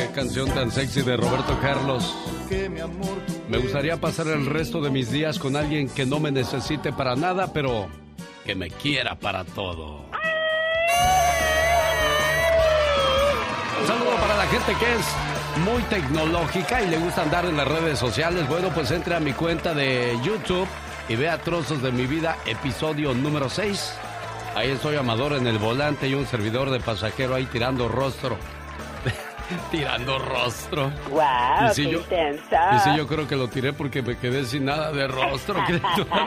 Qué canción tan sexy de Roberto Carlos. Me gustaría pasar el resto de mis días con alguien que no me necesite para nada, pero que me quiera para todo. Un saludo para la gente que es muy tecnológica y le gusta andar en las redes sociales. Bueno, pues entre a mi cuenta de YouTube y vea Trozos de mi vida, episodio número 6. Ahí estoy, Amador en el volante y un servidor de pasajero ahí tirando rostro. Tirando rostro. ¡Wow! Y si ¡Qué yo, intenso! y si yo creo que lo tiré porque me quedé sin nada de rostro, criatura.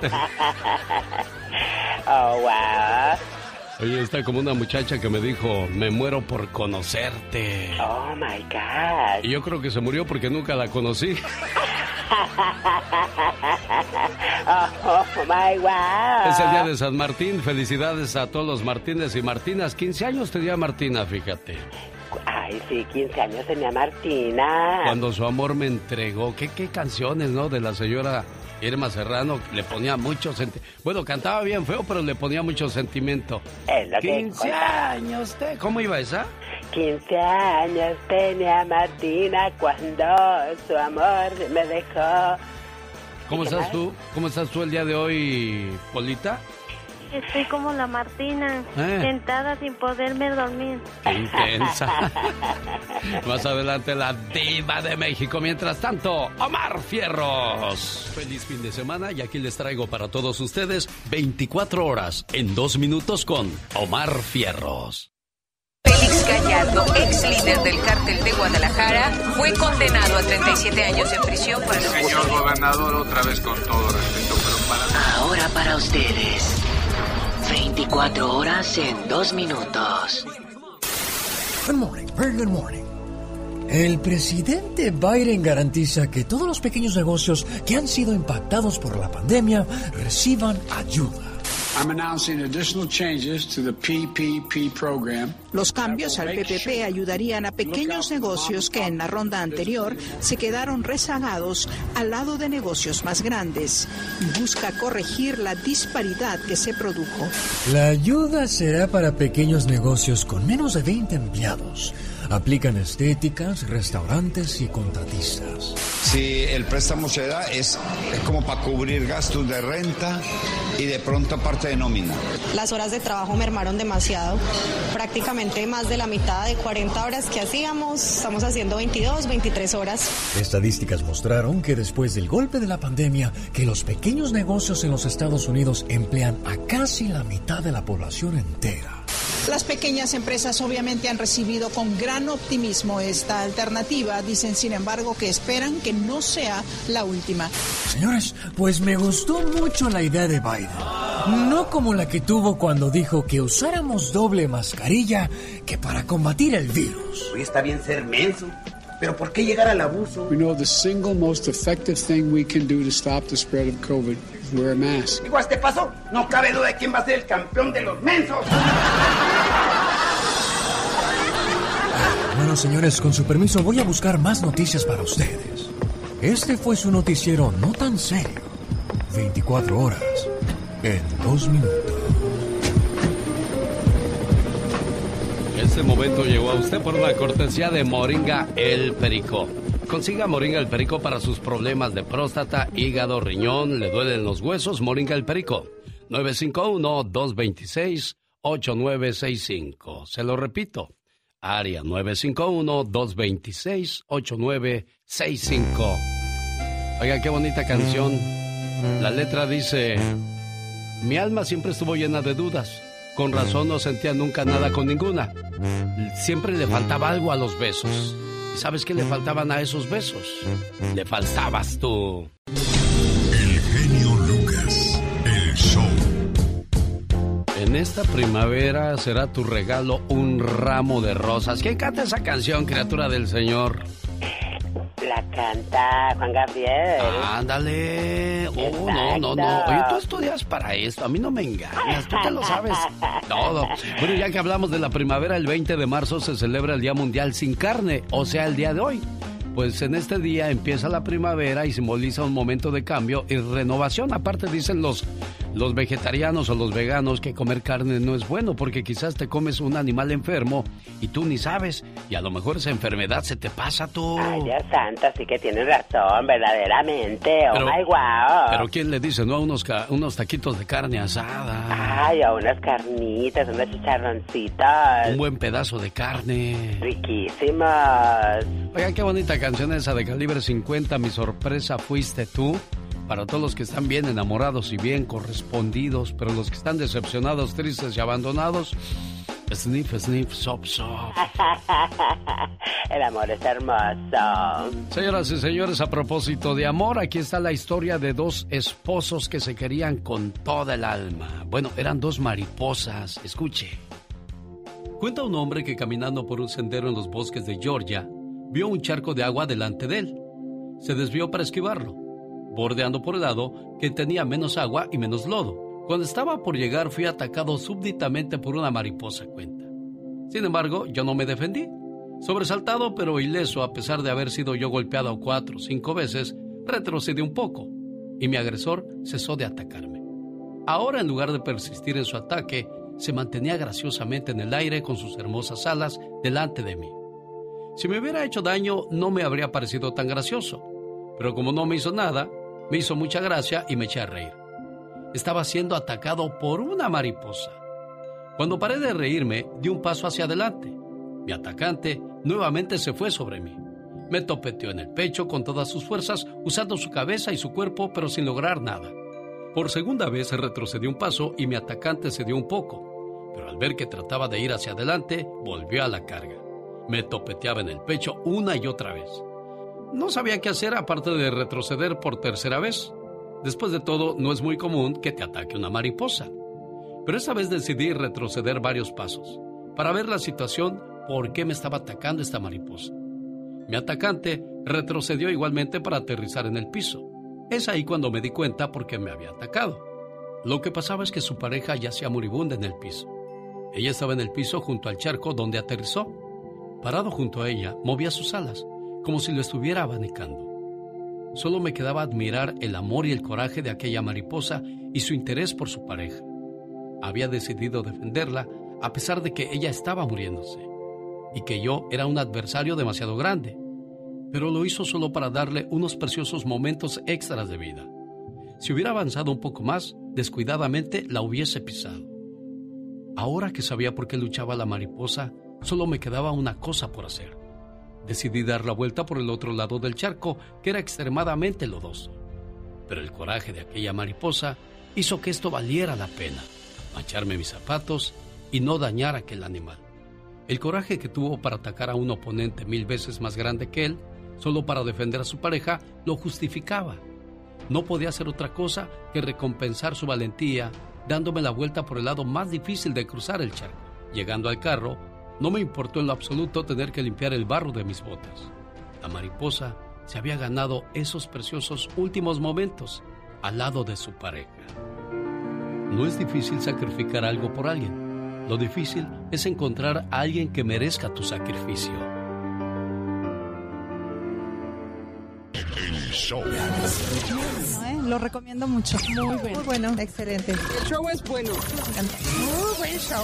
¡Oh, wow! Oye, está como una muchacha que me dijo, me muero por conocerte. ¡Oh, my God! Y yo creo que se murió porque nunca la conocí. ¡Oh, my wow! Es el día de San Martín. Felicidades a todos los Martínez y Martinas. 15 años tenía Martina, fíjate. Ay, sí, 15 años tenía Martina. Cuando su amor me entregó. ¿Qué canciones, no? De la señora Irma Serrano. Le ponía mucho sentimiento. Bueno, cantaba bien feo, pero le ponía mucho sentimiento. Es lo que 15 años te... ¿Cómo iba esa? 15 años tenía Martina cuando su amor me dejó. ¿Cómo estás tú? ¿Cómo estás tú el día de hoy, Polita? Estoy como la Martina, sentada sin poderme dormir. ¡Qué intensa! Más adelante la diva de México. Mientras tanto, Omar Fierros. Feliz fin de semana y aquí les traigo para todos ustedes 24 horas en 2 minutos con Omar Fierros. Félix Gallardo, ex líder del cártel de Guadalajara, fue condenado a 37 años en prisión por el... Señor gobernador, otra vez con todo respeto, pero para... Ahora para ustedes, 24 horas en 2 minutos. Good morning, very good morning. El presidente Biden garantiza que todos los pequeños negocios que han sido impactados por la pandemia reciban ayuda. I'm announcing additional changes to the PPP program. Los cambios al PPP ayudarían a pequeños negocios que en la ronda anterior se quedaron rezagados al lado de negocios más grandes y busca corregir la disparidad que se produjo. La ayuda será para pequeños negocios con menos de 20 empleados. Aplican estéticas, restaurantes y contratistas. Si el préstamo se da es como para cubrir gastos de renta y de pronto parte de nómina. Las horas de trabajo mermaron demasiado, prácticamente más de la mitad de 40 horas que hacíamos, estamos haciendo 22, 23 horas. Estadísticas mostraron que después del golpe de la pandemia, que los pequeños negocios en los Estados Unidos emplean a casi la mitad de la población entera. Las pequeñas empresas obviamente han recibido con gran optimismo esta alternativa. Dicen, sin embargo, que esperan que no sea la última. Señores, pues me gustó mucho la idea de Biden. No como la que tuvo cuando dijo que usáramos doble mascarilla que para combatir el virus. Hoy está bien ser menso, pero ¿por qué llegar al abuso? We know the single most effective thing we can do to stop the spread of COVID is wear a mask. Digo, a este paso, no cabe duda de quién va a ser el campeón de los mensos. Bueno, señores, con su permiso voy a buscar más noticias para ustedes. Este fue su noticiero no tan serio. 24 horas en 2 minutos. Este momento llegó a usted por la cortesía de Moringa El Perico. Consiga Moringa El Perico para sus problemas de próstata, hígado, riñón, le duelen los huesos. Moringa El Perico, 951-226-8965. Se lo repito, área 951-226-8965. Oiga, qué bonita canción. La letra dice: mi alma siempre estuvo llena de dudas. Con razón no sentía nunca nada con ninguna. Siempre le faltaba algo a los besos. ¿Y sabes qué le faltaban a esos besos? Le faltabas tú. El genio Lucas, el show. En esta primavera será tu regalo un ramo de rosas. ¿Quién canta esa canción, criatura del Señor? La canta Juan Gabriel. Ándale. No. Oye, tú estudias para esto. A mí no me engañas. Tú te lo sabes todo. Bueno, ya que hablamos de la primavera, el 20 de marzo se celebra el Día Mundial Sin Carne, o sea, el día de hoy. Pues en este día empieza la primavera y simboliza un momento de cambio y renovación. Aparte, dicen los los vegetarianos o los veganos que comer carne no es bueno porque quizás te comes un animal enfermo y tú ni sabes y a lo mejor esa enfermedad se te pasa tú. Ay, Dios santo, sí que tienes razón, verdaderamente. Pero, oh my wow. Pero ¿quién le dice no a unos taquitos de carne asada? Ay, a unas carnitas, unos chicharroncitos. Un buen pedazo de carne. Riquísimos. Oigan, qué bonita canción esa de Calibre 50, Mi sorpresa fuiste tú. Para todos los que están bien enamorados y bien correspondidos, pero los que están decepcionados, tristes y abandonados, sniff, sniff, sop, sop. El amor es hermoso. Señoras y señores, a propósito de amor, aquí está la historia de dos esposos que se querían con toda el alma. Bueno, eran dos mariposas. Escuche. Cuenta un hombre que caminando por un sendero en los bosques de Georgia, vio un charco de agua delante de él. Se desvió para esquivarlo, bordeando por el lado que tenía menos agua y menos lodo. Cuando estaba por llegar fui atacado súbitamente por una mariposa, cuenta. Sin embargo, yo no me defendí. Sobresaltado pero ileso a pesar de haber sido yo golpeado 4 o 5 veces, retrocedí un poco y mi agresor cesó de atacarme. Ahora, en lugar de persistir en su ataque, se mantenía graciosamente en el aire con sus hermosas alas delante de mí. Si me hubiera hecho daño, no me habría parecido tan gracioso. Pero como no me hizo nada, me hizo mucha gracia y me eché a reír. Estaba siendo atacado por una mariposa. Cuando paré de reírme, di un paso hacia adelante. Mi atacante nuevamente se fue sobre mí. Me topeteó en el pecho con todas sus fuerzas, usando su cabeza y su cuerpo, pero sin lograr nada. Por segunda vez retrocedí un paso y mi atacante se dio un poco. Pero al ver que trataba de ir hacia adelante, volvió a la carga. Me topeteaba en el pecho una y otra vez. No sabía qué hacer aparte de retroceder por tercera vez. Después de todo, no es muy común que te ataque una mariposa. Pero esta vez decidí retroceder varios pasos para ver la situación, por qué me estaba atacando esta mariposa. Mi atacante retrocedió igualmente para aterrizar en el piso. Es ahí cuando me di cuenta por qué me había atacado. Lo que pasaba es que su pareja yacía moribunda en el piso. Ella estaba en el piso junto al charco donde aterrizó. Parado junto a ella, movía sus alas, como si lo estuviera abanicando. Solo me quedaba admirar el amor y el coraje de aquella mariposa y su interés por su pareja. Había decidido defenderla a pesar de que ella estaba muriéndose y que yo era un adversario demasiado grande, pero lo hizo solo para darle unos preciosos momentos extras de vida. Si hubiera avanzado un poco más, descuidadamente la hubiese pisado. Ahora que sabía por qué luchaba la mariposa, solo me quedaba una cosa por hacer. Decidí dar la vuelta por el otro lado del charco, que era extremadamente lodoso. Pero el coraje de aquella mariposa hizo que esto valiera la pena, mancharme mis zapatos y no dañar a aquel animal. El coraje que tuvo para atacar a un oponente 1000 veces más grande que él, solo para defender a su pareja, lo justificaba. No podía hacer otra cosa que recompensar su valentía, dándome la vuelta por el lado más difícil de cruzar el charco. Llegando al carro, no me importó en lo absoluto tener que limpiar el barro de mis botas. La mariposa se había ganado esos preciosos últimos momentos al lado de su pareja. No es difícil sacrificar algo por alguien. Lo difícil es encontrar a alguien que merezca tu sacrificio. El show. Lo recomiendo mucho. Muy bueno. Muy bueno. Excelente. El show es bueno. Muy buen show.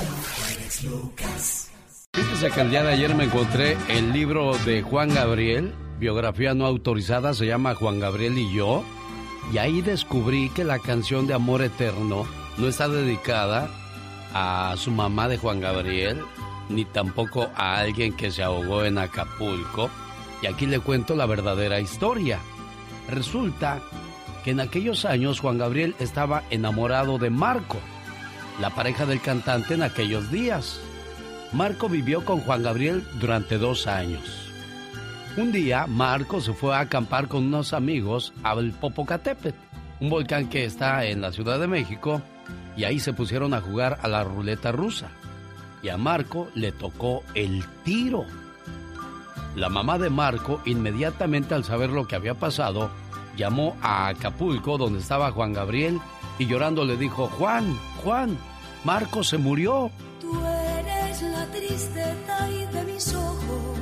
Fíjese que el día de ayer me encontré el libro de Juan Gabriel, biografía no autorizada, se llama Juan Gabriel y yo, y ahí descubrí que la canción de Amor Eterno no está dedicada a su mamá de Juan Gabriel, ni tampoco a alguien que se ahogó en Acapulco. Y aquí le cuento la verdadera historia. Resulta que en aquellos años Juan Gabriel estaba enamorado de Marco, la pareja del cantante en aquellos días. Marco vivió con Juan Gabriel durante 2 años. Un día, Marco se fue a acampar con unos amigos al Popocatépetl, un volcán que está en la Ciudad de México, y ahí se pusieron a jugar a la ruleta rusa. Y a Marco le tocó el tiro. La mamá de Marco, inmediatamente al saber lo que había pasado, llamó a Acapulco, donde estaba Juan Gabriel, y llorando le dijo: Juan, Marco se murió. Tú eres la tristeza de mis ojos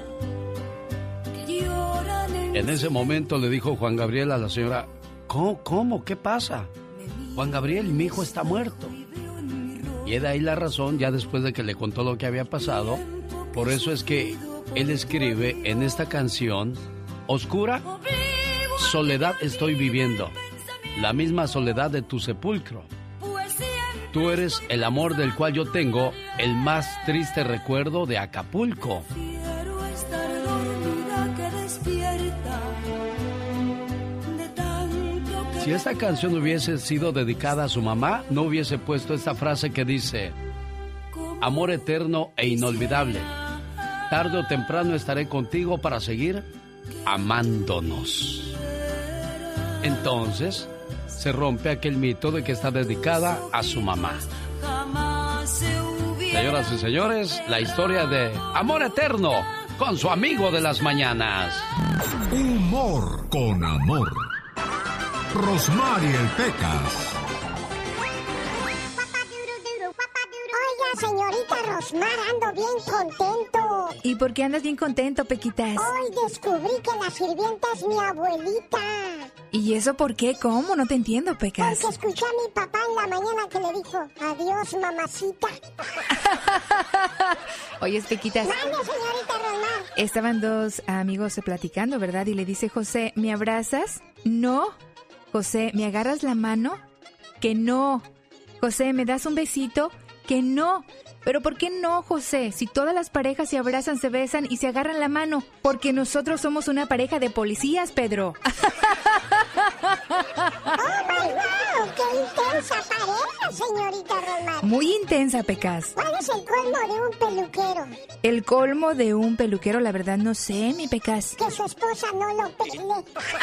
que lloran en ese momento le dijo Juan Gabriel a la señora: ¿Cómo? ¿Qué pasa? Juan Gabriel, mi hijo está muerto. Y de ahí la razón, ya después de que le contó lo que había pasado, por eso es que él escribe en esta canción, oscura soledad estoy viviendo, la misma soledad de tu sepulcro. Tú eres el amor del cual yo tengo el más triste recuerdo de Acapulco. Si esta canción hubiese sido dedicada a su mamá, no hubiese puesto esta frase que dice: amor eterno e inolvidable. Tarde o temprano estaré contigo para seguir amándonos. Entonces, se rompe aquel mito de que está dedicada a su mamá. Señoras y señores, la historia de Amor Eterno con su amigo de las mañanas. Humor con amor. Rosmarie Pecas. Oiga, señorita Rosmar, ando bien contento. ¿Y por qué andas bien contento, Pequitas? Hoy descubrí que la sirvienta es mi abuelita. ¿Y eso por qué? ¿Cómo? No te entiendo, Pecas. Porque escuché a mi papá en la mañana que le dijo, adiós, mamacita. Oye, Pequitas. Mande, señorita Rosmar. Estaban dos amigos platicando, ¿verdad? Y le dice José, ¿me abrazas? No. José, ¿me agarras la mano? Que no. José, ¿me das un besito? Que no. ¿Pero por qué no, José? Si todas las parejas se abrazan, se besan y se agarran la mano. Porque nosotros somos una pareja de policías, Pedro. ¡Oh, my God! ¡Qué intensa pareja, señorita Rosmar! Muy intensa, Pecas. ¿Cuál es el colmo de un peluquero? El colmo de un peluquero, la verdad, no sé, mi Pecas. Que su esposa no lo pele.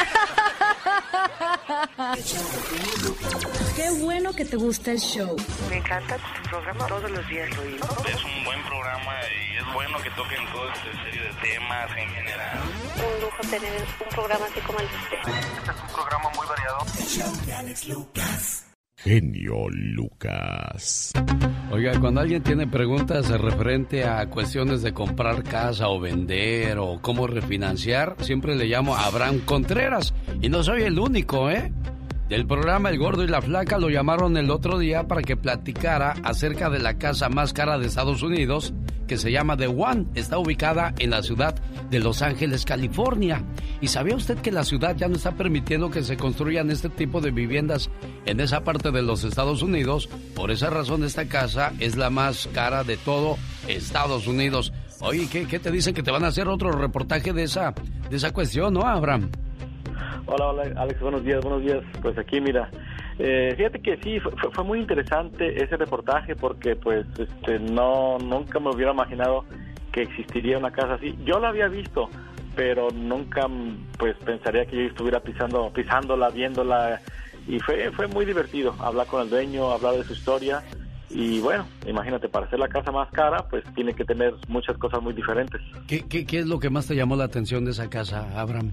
Qué bueno que te gusta el show. Me encanta tu programa, todos los días lo oigo. Es un buen programa y es bueno que toquen toda esta serie de temas en general. Un lujo tener un programa así como el de usted. Este es un programa muy variado. El show de Alex Lucas. Genio Lucas. Oiga, cuando alguien tiene preguntas referente a cuestiones de comprar casa o vender o cómo refinanciar, siempre le llamo a Abraham Contreras. Y no soy el único, ¿eh? Del programa El Gordo y la Flaca lo llamaron el otro día para que platicara acerca de la casa más cara de Estados Unidos, que se llama The One. Está ubicada en la ciudad de Los Ángeles, California. ¿Y sabía usted que la ciudad ya no está permitiendo que se construyan este tipo de viviendas en esa parte de los Estados Unidos? Por esa razón esta casa es la más cara de todo Estados Unidos. Oye, ¿qué te dicen? Que te van a hacer otro reportaje de esa cuestión, ¿no, Abraham? Hola, Alex, buenos días. Pues aquí, mira, fíjate que sí, fue muy interesante ese reportaje porque, pues, nunca me hubiera imaginado que existiría una casa así. Yo la había visto, pero nunca, pues, pensaría que yo estuviera pisándola, viéndola, y fue muy divertido hablar con el dueño, hablar de su historia, y bueno, imagínate, para hacer la casa más cara, pues, tiene que tener muchas cosas muy diferentes. ¿Qué es lo que más te llamó la atención de esa casa, Abraham?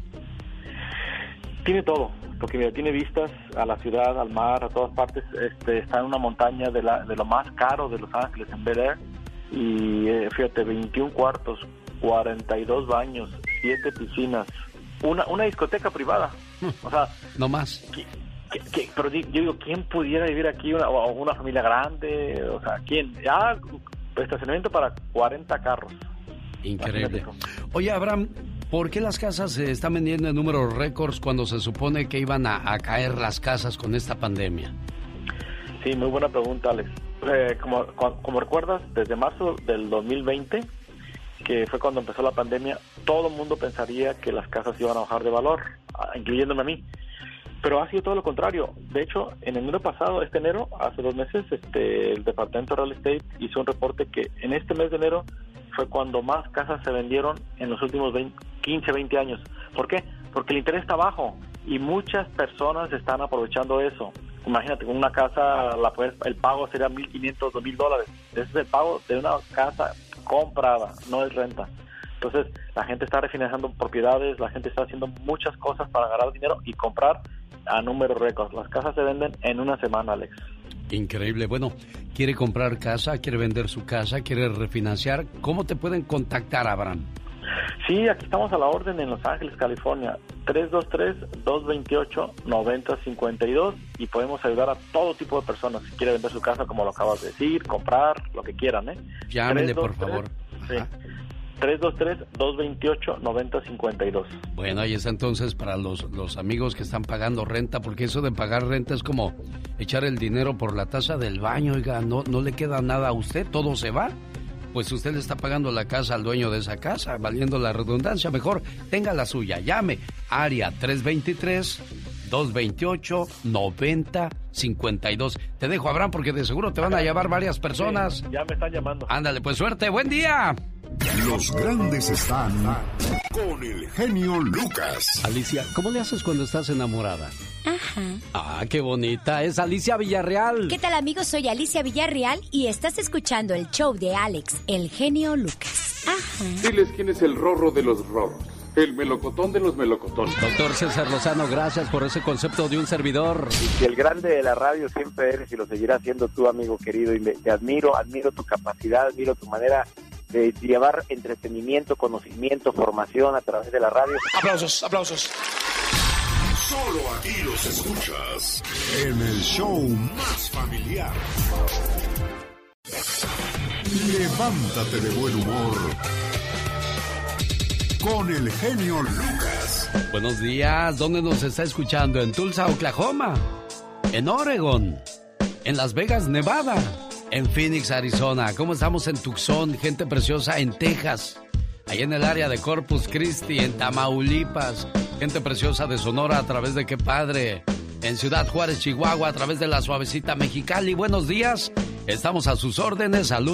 Tiene todo, porque mira, tiene vistas a la ciudad, al mar, a todas partes. Está en una montaña de lo más caro de Los Ángeles, en Bel Air. Y fíjate, 21 cuartos, 42 baños, 7 piscinas, una discoteca privada. O sea, no más. Pero yo digo, ¿quién pudiera vivir aquí? Una familia grande, o sea, ¿quién? Estacionamiento para 40 carros. Increíble. Oye, Abraham, ¿por qué las casas se están vendiendo en números récords cuando se supone que iban a caer las casas con esta pandemia? Sí, muy buena pregunta, Alex. Como recuerdas, desde marzo del 2020, que fue cuando empezó la pandemia, todo el mundo pensaría que las casas iban a bajar de valor, incluyéndome a mí. Pero ha sido todo lo contrario. De hecho, en enero pasado, enero, hace 2 meses, el Departamento de Real Estate hizo un reporte que en este mes de enero fue cuando más casas se vendieron en los últimos 15, 20 años. ¿Por qué? Porque el interés está bajo y muchas personas están aprovechando eso. Imagínate, con una casa el pago sería $1,500, $2,000. Ese es el pago de una casa comprada, no es renta. Entonces, la gente está refinanciando propiedades, la gente está haciendo muchas cosas para ganar dinero y comprar a números récords. Las casas se venden en una semana, Alex. Increíble. Bueno, ¿quiere comprar casa? ¿Quiere vender su casa? ¿Quiere refinanciar? ¿Cómo te pueden contactar, Abraham? Sí, aquí estamos a la orden en Los Ángeles, California, 323-228-9052 y podemos ayudar a todo tipo de personas. Si quiere vender su casa, como lo acabas de decir, comprar, lo que quieran, ¿eh? Llámenle, por favor. Sí. 323-228-9052. Bueno, ahí está entonces para los amigos que están pagando renta, porque eso de pagar renta es como echar el dinero por la taza del baño, oiga, no le queda nada a usted, todo se va. Pues usted le está pagando la casa al dueño de esa casa, valiendo la redundancia, mejor tenga la suya, llame, área 323-228-9052. Te dejo, Abraham, porque de seguro te van a llamar varias personas. Sí, ya me están llamando. Ándale, pues suerte, buen día. Los grandes están con el genio Lucas. Alicia, ¿cómo le haces cuando estás enamorada? Ajá. Ah, qué bonita. Es Alicia Villarreal. ¿Qué tal, amigos? Soy Alicia Villarreal y estás escuchando el show de Alex, el genio Lucas. Ajá. Diles quién es el rorro de los rorros. El melocotón de los melocotones. Doctor César Lozano, gracias por ese concepto de un servidor. Y que el grande de la radio siempre eres y lo seguirás siendo tú, amigo querido. Y te admiro tu capacidad, admiro tu manera de llevar entretenimiento, conocimiento, formación a través de la radio. Aplausos, aplausos. Solo aquí los escuchas en el show más familiar. Levántate de buen humor con el genio Lucas. Buenos días, ¿dónde nos está escuchando? ¿En Tulsa, Oklahoma? ¿En Oregon? ¿En Las Vegas, Nevada? ¿En Phoenix, Arizona? ¿Cómo estamos en Tucson, gente preciosa, en Texas? Ahí en el área de Corpus Christi, en Tamaulipas, gente preciosa de Sonora, a través de Qué Padre. En Ciudad Juárez, Chihuahua, a través de La Suavecita Mexicali. Buenos días, estamos a sus órdenes al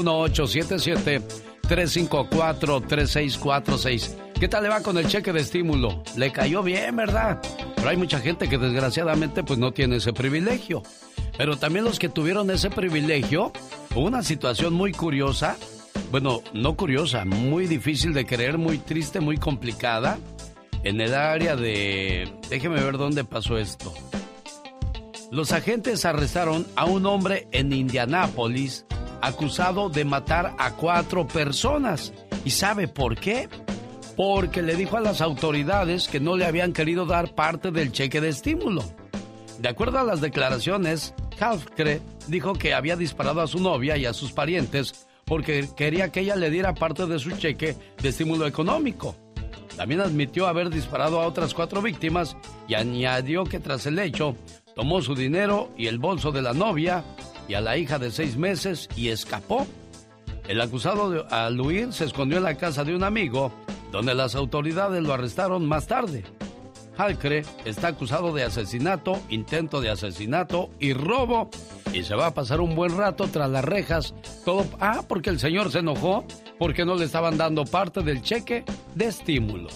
1877-354-3646. ¿Qué tal le va con el cheque de estímulo? Le cayó bien, ¿verdad? Pero hay mucha gente que desgraciadamente pues no tiene ese privilegio. Pero también los que tuvieron ese privilegio, hubo una situación muy curiosa. Bueno, no curiosa, muy difícil de creer, muy triste, muy complicada. En el área de... Déjeme ver dónde pasó esto. Los agentes arrestaron a un hombre en Indianápolis acusado de matar a 4 personas. ¿Y sabe por qué? Porque le dijo a las autoridades que no le habían querido dar parte del cheque de estímulo. De acuerdo a las declaraciones, Halfcre dijo que había disparado a su novia y a sus parientes porque quería que ella le diera parte de su cheque de estímulo económico. También admitió haber disparado a otras 4 víctimas y añadió que tras el hecho tomó su dinero y el bolso de la novia y a la hija de 6 meses y escapó. El acusado al huir se escondió en la casa de un amigo, donde las autoridades lo arrestaron más tarde. Halcre está acusado de asesinato, intento de asesinato y robo y se va a pasar un buen rato tras las rejas. Todo porque el señor se enojó porque no le estaban dando parte del cheque de estímulo.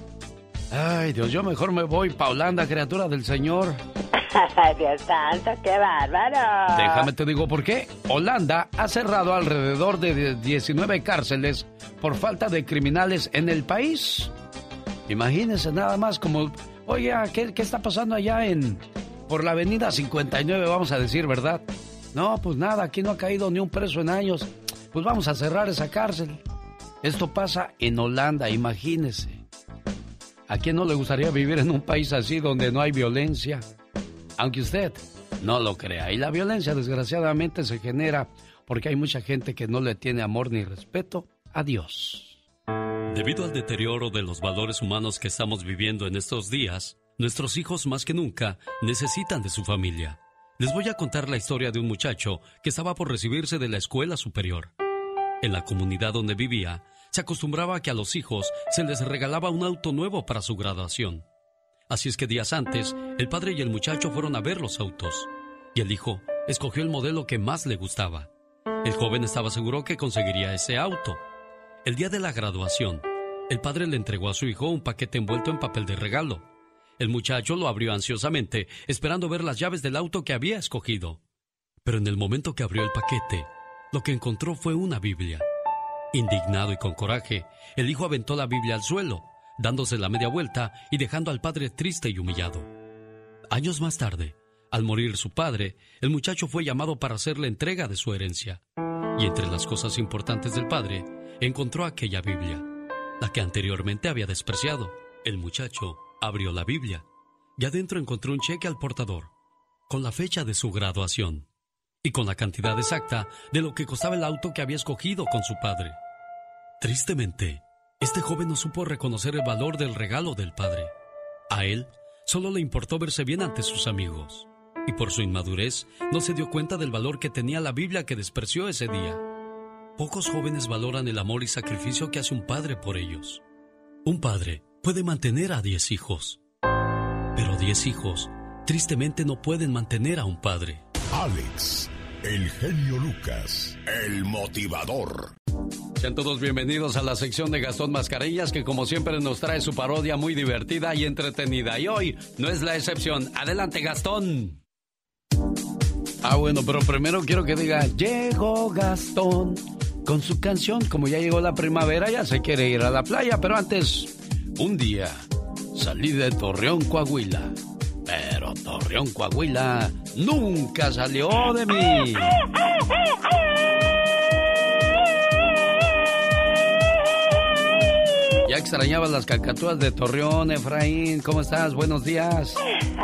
Ay, Dios, yo mejor me voy pa' Holanda, criatura del Señor. Dios santo, qué bárbaro. Déjame te digo por qué. Holanda ha cerrado alrededor de 19 cárceles por falta de criminales en el país. Imagínense nada más como... Oye, ¿qué está pasando allá por la avenida 59, vamos a decir, verdad? No, pues nada, aquí no ha caído ni un preso en años. Pues vamos a cerrar esa cárcel. Esto pasa en Holanda, imagínese. ¿A quién no le gustaría vivir en un país así donde no hay violencia? Aunque usted no lo crea. Y la violencia, desgraciadamente, se genera porque hay mucha gente que no le tiene amor ni respeto a Dios. Debido al deterioro de los valores humanos que estamos viviendo en estos días, nuestros hijos más que nunca necesitan de su familia. Les voy a contar la historia de un muchacho que estaba por recibirse de la escuela superior. En la comunidad donde vivía, se acostumbraba a que a los hijos se les regalaba un auto nuevo para su graduación. Así es que días antes, el padre y el muchacho fueron a ver los autos. Y el hijo escogió el modelo que más le gustaba. El joven estaba seguro que conseguiría ese auto. El día de la graduación, el padre le entregó a su hijo un paquete envuelto en papel de regalo. El muchacho lo abrió ansiosamente, esperando ver las llaves del auto que había escogido. Pero en el momento que abrió el paquete, lo que encontró fue una Biblia. Indignado y con coraje, el hijo aventó la Biblia al suelo, dándose la media vuelta y dejando al padre triste y humillado. Años más tarde, al morir su padre, el muchacho fue llamado para hacer la entrega de su herencia. Y entre las cosas importantes del padre, encontró aquella Biblia. la que anteriormente había despreciado. El muchacho abrió la Biblia y adentro encontró un cheque al portador, con la fecha de su graduación y con la cantidad exacta de lo que costaba el auto que había escogido con su padre. Tristemente, este joven no supo reconocer el valor del regalo del padre. A él solo le importó verse bien ante sus amigos, y por su inmadurez no se dio cuenta del valor que tenía la Biblia que despreció ese día. Pocos jóvenes valoran el amor y sacrificio que hace un padre por ellos. Un padre puede mantener a 10 hijos, pero 10 hijos tristemente no pueden mantener a un padre. Alex, el genio Lucas, el motivador. Sean todos bienvenidos a la sección de Gastón Mascareñas, que como siempre nos trae su parodia muy divertida y entretenida. Y hoy no es la excepción. Adelante, Gastón. Bueno, pero primero quiero que diga, llegó Gastón con su canción. Como ya llegó la primavera, ya se quiere ir a la playa. Pero antes, un día salí de Torreón, Coahuila. Pero Torreón, Coahuila nunca salió de mí. Ya extrañabas las cacatúas de Torreón, Efraín. ¿Cómo estás? Buenos días.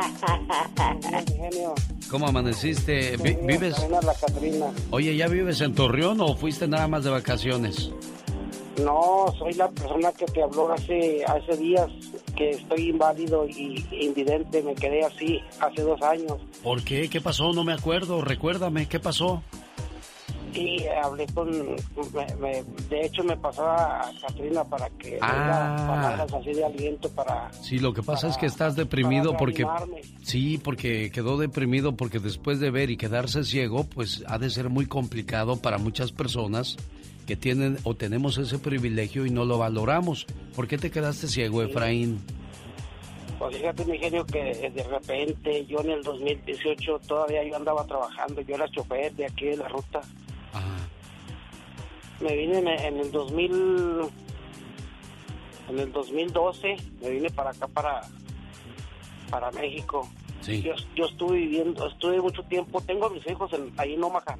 ¿Cómo amaneciste? ¿Vives? Oye, ¿ya vives en Torreón o fuiste nada más de vacaciones? No, soy la persona que te habló hace días, que estoy inválido y invidente. Me quedé así hace 2 años. ¿Por qué? ¿Qué pasó? No me acuerdo. Recuérdame, ¿qué pasó? Sí, hablé de hecho me pasaba a Catrina para que me diera palabras así de aliento para... Sí, lo que pasa es que estás deprimido porque... Sí, porque quedó deprimido porque después de ver y quedarse ciego, pues ha de ser muy complicado para muchas personas que tienen o tenemos ese privilegio y no lo valoramos. ¿Por qué te quedaste ciego, Efraín? Pues fíjate, mi genio, que de repente yo en el 2018 todavía yo andaba trabajando, yo era chofer de aquí de la ruta. Ajá. Me vine en el 2012, me vine para acá, para México. Sí. Yo estuve mucho tiempo, tengo a mis hijos ahí en Omaha.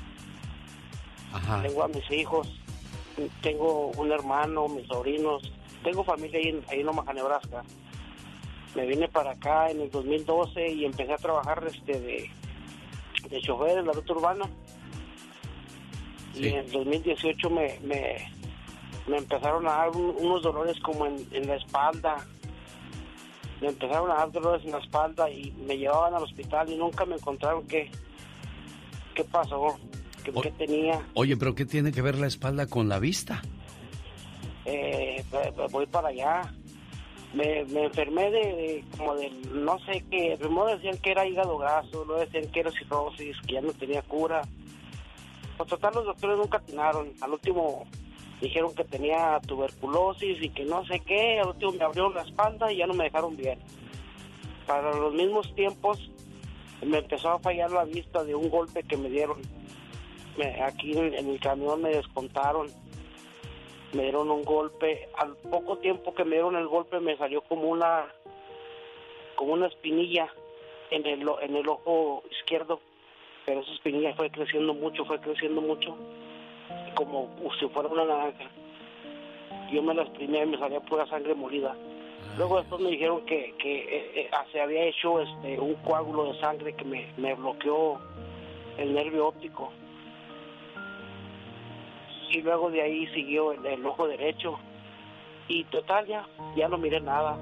Ajá. Tengo a mis hijos, tengo un hermano, mis sobrinos, tengo familia ahí en Omaha, Nebraska. Me vine para acá en el 2012 y empecé a trabajar de chofer en la ruta urbana. Sí. Y en el 2018 me empezaron a dar unos dolores como en la espalda. Me empezaron a dar dolores en la espalda y me llevaban al hospital y nunca me encontraron qué pasó, qué tenía. Oye, pero ¿qué tiene que ver la espalda con la vista? Voy para allá. Me enfermé de no sé qué. Primero decían que era hígado graso, luego decían que era cirrosis, que ya no tenía cura. Por total, los doctores nunca atinaron. Al último dijeron que tenía tuberculosis y que no sé qué. Al último me abrieron la espalda y ya no me dejaron bien. Para los mismos tiempos me empezó a fallar la vista de un golpe que me dieron. Aquí en el camión me descontaron. Me dieron un golpe. Al poco tiempo que me dieron el golpe me salió como una espinilla en el ojo izquierdo. Pero esa espinilla fue creciendo mucho, como si fuera una naranja. Yo me la exprimí y me salía pura sangre molida. Luego después me dijeron que se había hecho un coágulo de sangre que me bloqueó el nervio óptico. Y luego de ahí siguió el ojo derecho. Y total, ya no miré nada.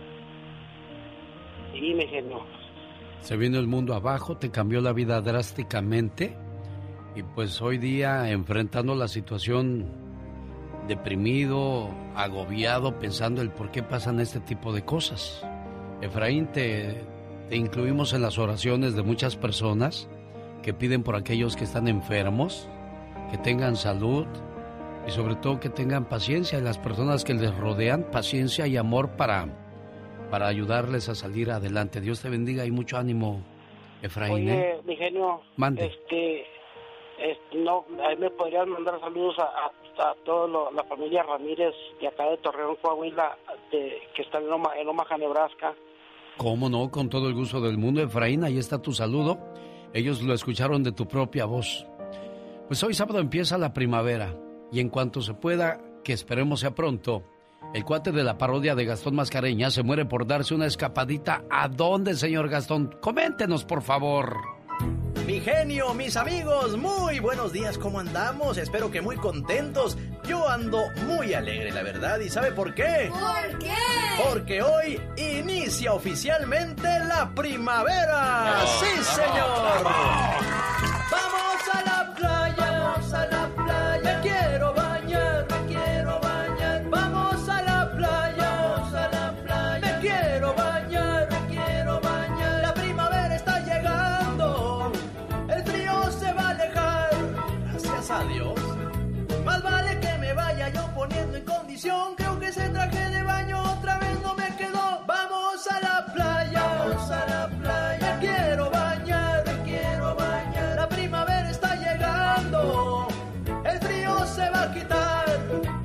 Y me genio. Se vino el mundo abajo, te cambió la vida drásticamente. Y pues hoy día, enfrentando la situación, deprimido, agobiado, pensando el por qué pasan este tipo de cosas. Efraín, te incluimos en las oraciones de muchas personas que piden por aquellos que están enfermos, que tengan salud y sobre todo que tengan paciencia, y las personas que les rodean, paciencia y amor para ayudarles a salir adelante. Dios te bendiga y mucho ánimo, Efraín. Oye, mi genio, mande. No, ahí me podrían mandar saludos a toda la familia Ramírez de acá de Torreón, Coahuila, que están en Omaha, Nebraska. ¿Cómo no? Con todo el gusto del mundo, Efraín, ahí está tu saludo. Ellos lo escucharon de tu propia voz. Pues hoy sábado empieza la primavera y en cuanto se pueda, que esperemos sea pronto, El cuate de la parodia de Gastón Mascareñas se muere por darse una escapadita. ¿A dónde, señor Gastón? Coméntenos, por favor. Mi genio, mis amigos, muy buenos días, ¿cómo andamos? Espero que muy contentos. Yo ando muy alegre, la verdad, ¿y sabe por qué? ¿Por qué? Porque hoy inicia oficialmente la primavera. ¡Sí, señor! ¡Vamos a la playa! ¡Vamos a la playa! ¡Quiero bañar! ¡Me quiero bañar! ¡Vamos a la playa! ¡Vamos a la playa! ¡Me quiero bañar! ¡Me quiero bañar! La primavera está llegando. El frío se va a alejar. Gracias a Dios. Más vale que me vaya yo poniendo en condición. Creo que ese traje de baño otra vez no me quedó. ¡Vamos a la playa! ¡Vamos a la playa! ¡Me quiero bañar! ¡Me quiero bañar! La primavera está llegando. El frío se va a quitar.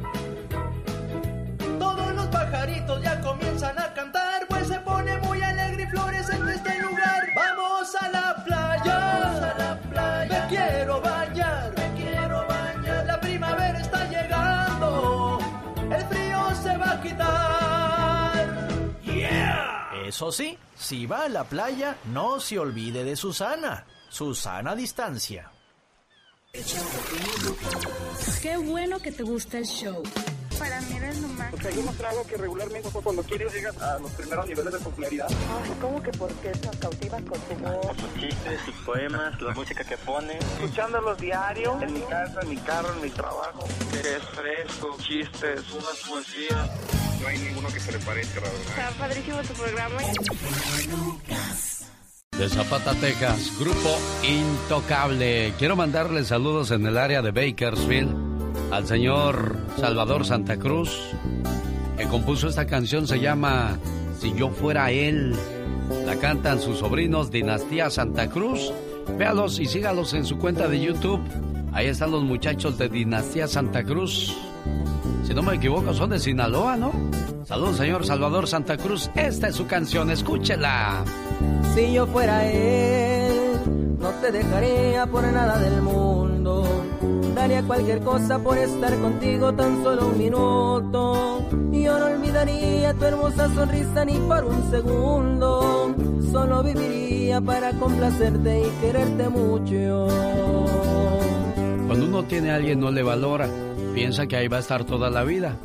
Todos los pajaritos ya comienzan a cantar, pues se pone muy alegre y florescente este lugar. ¡Vamos a la playa! ¡Vamos a la playa! ¡Me quiero bañar! ¡Me quiero bañar! La primavera está llegando. El frío se va a quitar. ¡Yeah! Eso sí, si va a la playa, no se olvide de Susana. Susana Distancia. Qué bueno que te gusta el show. Para mí eres lo más. Hay un trago que regularmente cuando quieres llegas a los primeros niveles de popularidad. Ay, ¿cómo que por qué nos cautivas con tu voz? Sus chistes, sus poemas, la música que pone. Escuchándolos diario. En mi casa, en mi carro, en mi trabajo. Es fresco, chistes, unas poesías. No hay ninguno que se le parezca, la verdad. Está padrísimo tu programa. De Zapata, Texas, Grupo Intocable. Quiero mandarle saludos en el área de Bakersfield al señor Salvador Santa Cruz, que compuso esta canción. Se llama Si yo fuera él. La cantan sus sobrinos Dinastía Santa Cruz. Véalos y sígalos en su cuenta de YouTube. Ahí están los muchachos de Dinastía Santa Cruz. Si no me equivoco, son de Sinaloa, ¿no? Saludos, señor Salvador Santa Cruz. Esta es su canción, escúchela. Si yo fuera él, no te dejaría por nada del mundo. Daría cualquier cosa por estar contigo tan solo un minuto. Yo no olvidaría tu hermosa sonrisa ni por un segundo. Solo viviría para complacerte y quererte mucho. Cuando uno tiene a alguien no le valora. Piensa que ahí va a estar toda la vida.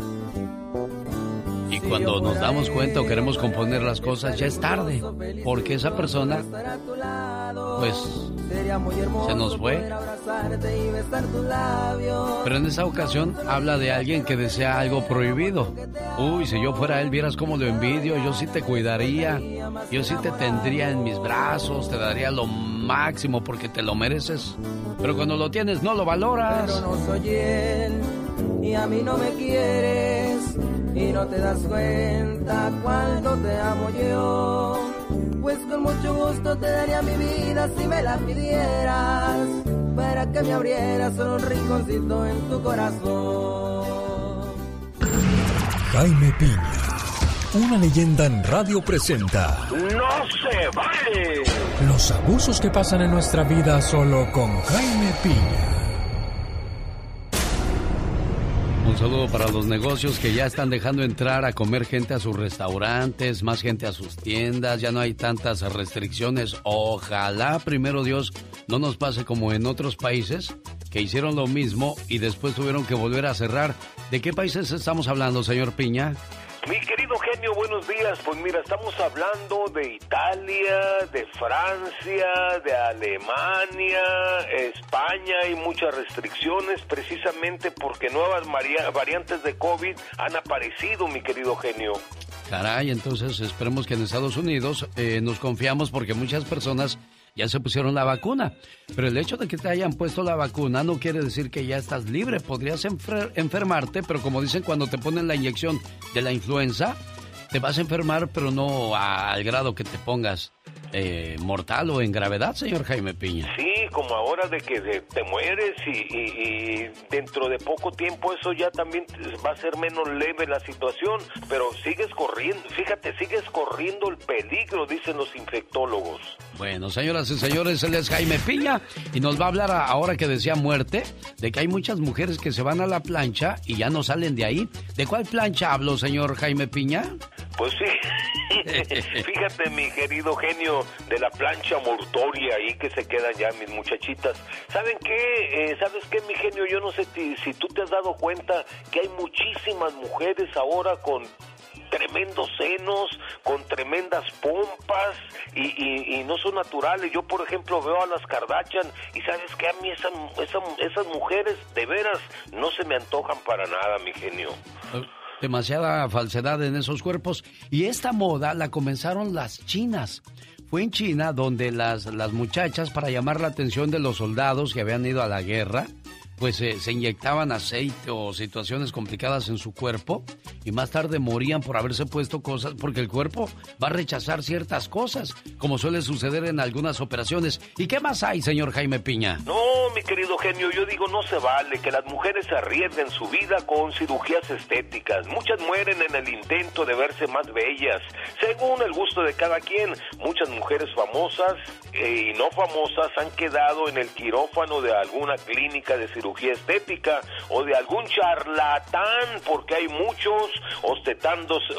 Y cuando nos damos cuenta o queremos componer las cosas, ya es tarde. Porque esa persona, pues, se nos fue. Pero en esa ocasión habla de alguien que desea algo prohibido. Uy, si yo fuera él, vieras cómo lo envidio. Yo sí te cuidaría. Yo sí te tendría en mis brazos. Te daría lo máximo porque te lo mereces. Pero cuando lo tienes, no lo valoras. Pero no soy él y a mí no me quieres. Y no te das cuenta cuánto te amo yo. Pues con mucho gusto te daría mi vida si me la pidieras, para que me abrieras un rinconcito en tu corazón. Jaime Piña, una leyenda en radio presenta. ¡No se vale! Los abusos que pasan en nuestra vida solo con Jaime Piña. Un saludo para los negocios que ya están dejando entrar a comer gente a sus restaurantes, más gente a sus tiendas, ya no hay tantas restricciones. Ojalá, primero Dios, no nos pase como en otros países que hicieron lo mismo y después tuvieron que volver a cerrar. ¿De qué países estamos hablando, señor Piña? Mi querido genio, buenos días. Pues mira, estamos hablando de Italia, de Francia, de Alemania, España. Hay muchas restricciones precisamente porque nuevas variantes de COVID han aparecido, mi querido genio. Caray, entonces esperemos que en Estados Unidos nos confiamos porque muchas personas ya se pusieron la vacuna. Pero el hecho de que te hayan puesto la vacuna no quiere decir que ya estás libre. Podrías enfermarte, pero como dicen cuando te ponen la inyección de la influenza, te vas a enfermar, pero no al grado que te pongas mortal o en gravedad, señor Jaime Piña. Sí, como ahora de que te mueres y dentro de poco tiempo eso ya también va a ser menos leve la situación, pero sigues corriendo, fíjate, sigues corriendo el peligro, dicen los infectólogos. Bueno, señoras y señores, él es Jaime Piña y nos va a hablar ahora que decía muerte, de que hay muchas mujeres que se van a la plancha y ya no salen de ahí. ¿De cuál plancha hablo, señor Jaime Piña? Pues sí, fíjate mi querido genio, de la plancha mortoria ahí que se quedan ya mis muchachitas. ¿Saben qué? ¿Sabes qué, mi genio? Yo no sé si tú te has dado cuenta que hay muchísimas mujeres ahora con tremendos senos, con tremendas pompas y no son naturales. Yo, por ejemplo, veo a las Kardashian y sabes que a mí esas mujeres de veras no se me antojan para nada, mi genio. Demasiada falsedad en esos cuerpos. Y esta moda la comenzaron las chinas. Fue en China donde las muchachas, para llamar la atención de los soldados que habían ido a la guerra, pues se inyectaban aceite o situaciones complicadas en su cuerpo y más tarde morían por haberse puesto cosas, porque el cuerpo va a rechazar ciertas cosas, como suele suceder en algunas operaciones. ¿Y qué más hay, señor Jaime Piña? No, mi querido genio, yo digo, no se vale que las mujeres arriesguen su vida con cirugías estéticas. Muchas mueren en el intento de verse más bellas, según el gusto de cada quien. Muchas mujeres famosas y no famosas han quedado en el quirófano de alguna clínica de cirugía estética o de algún charlatán, porque hay muchos ostentándose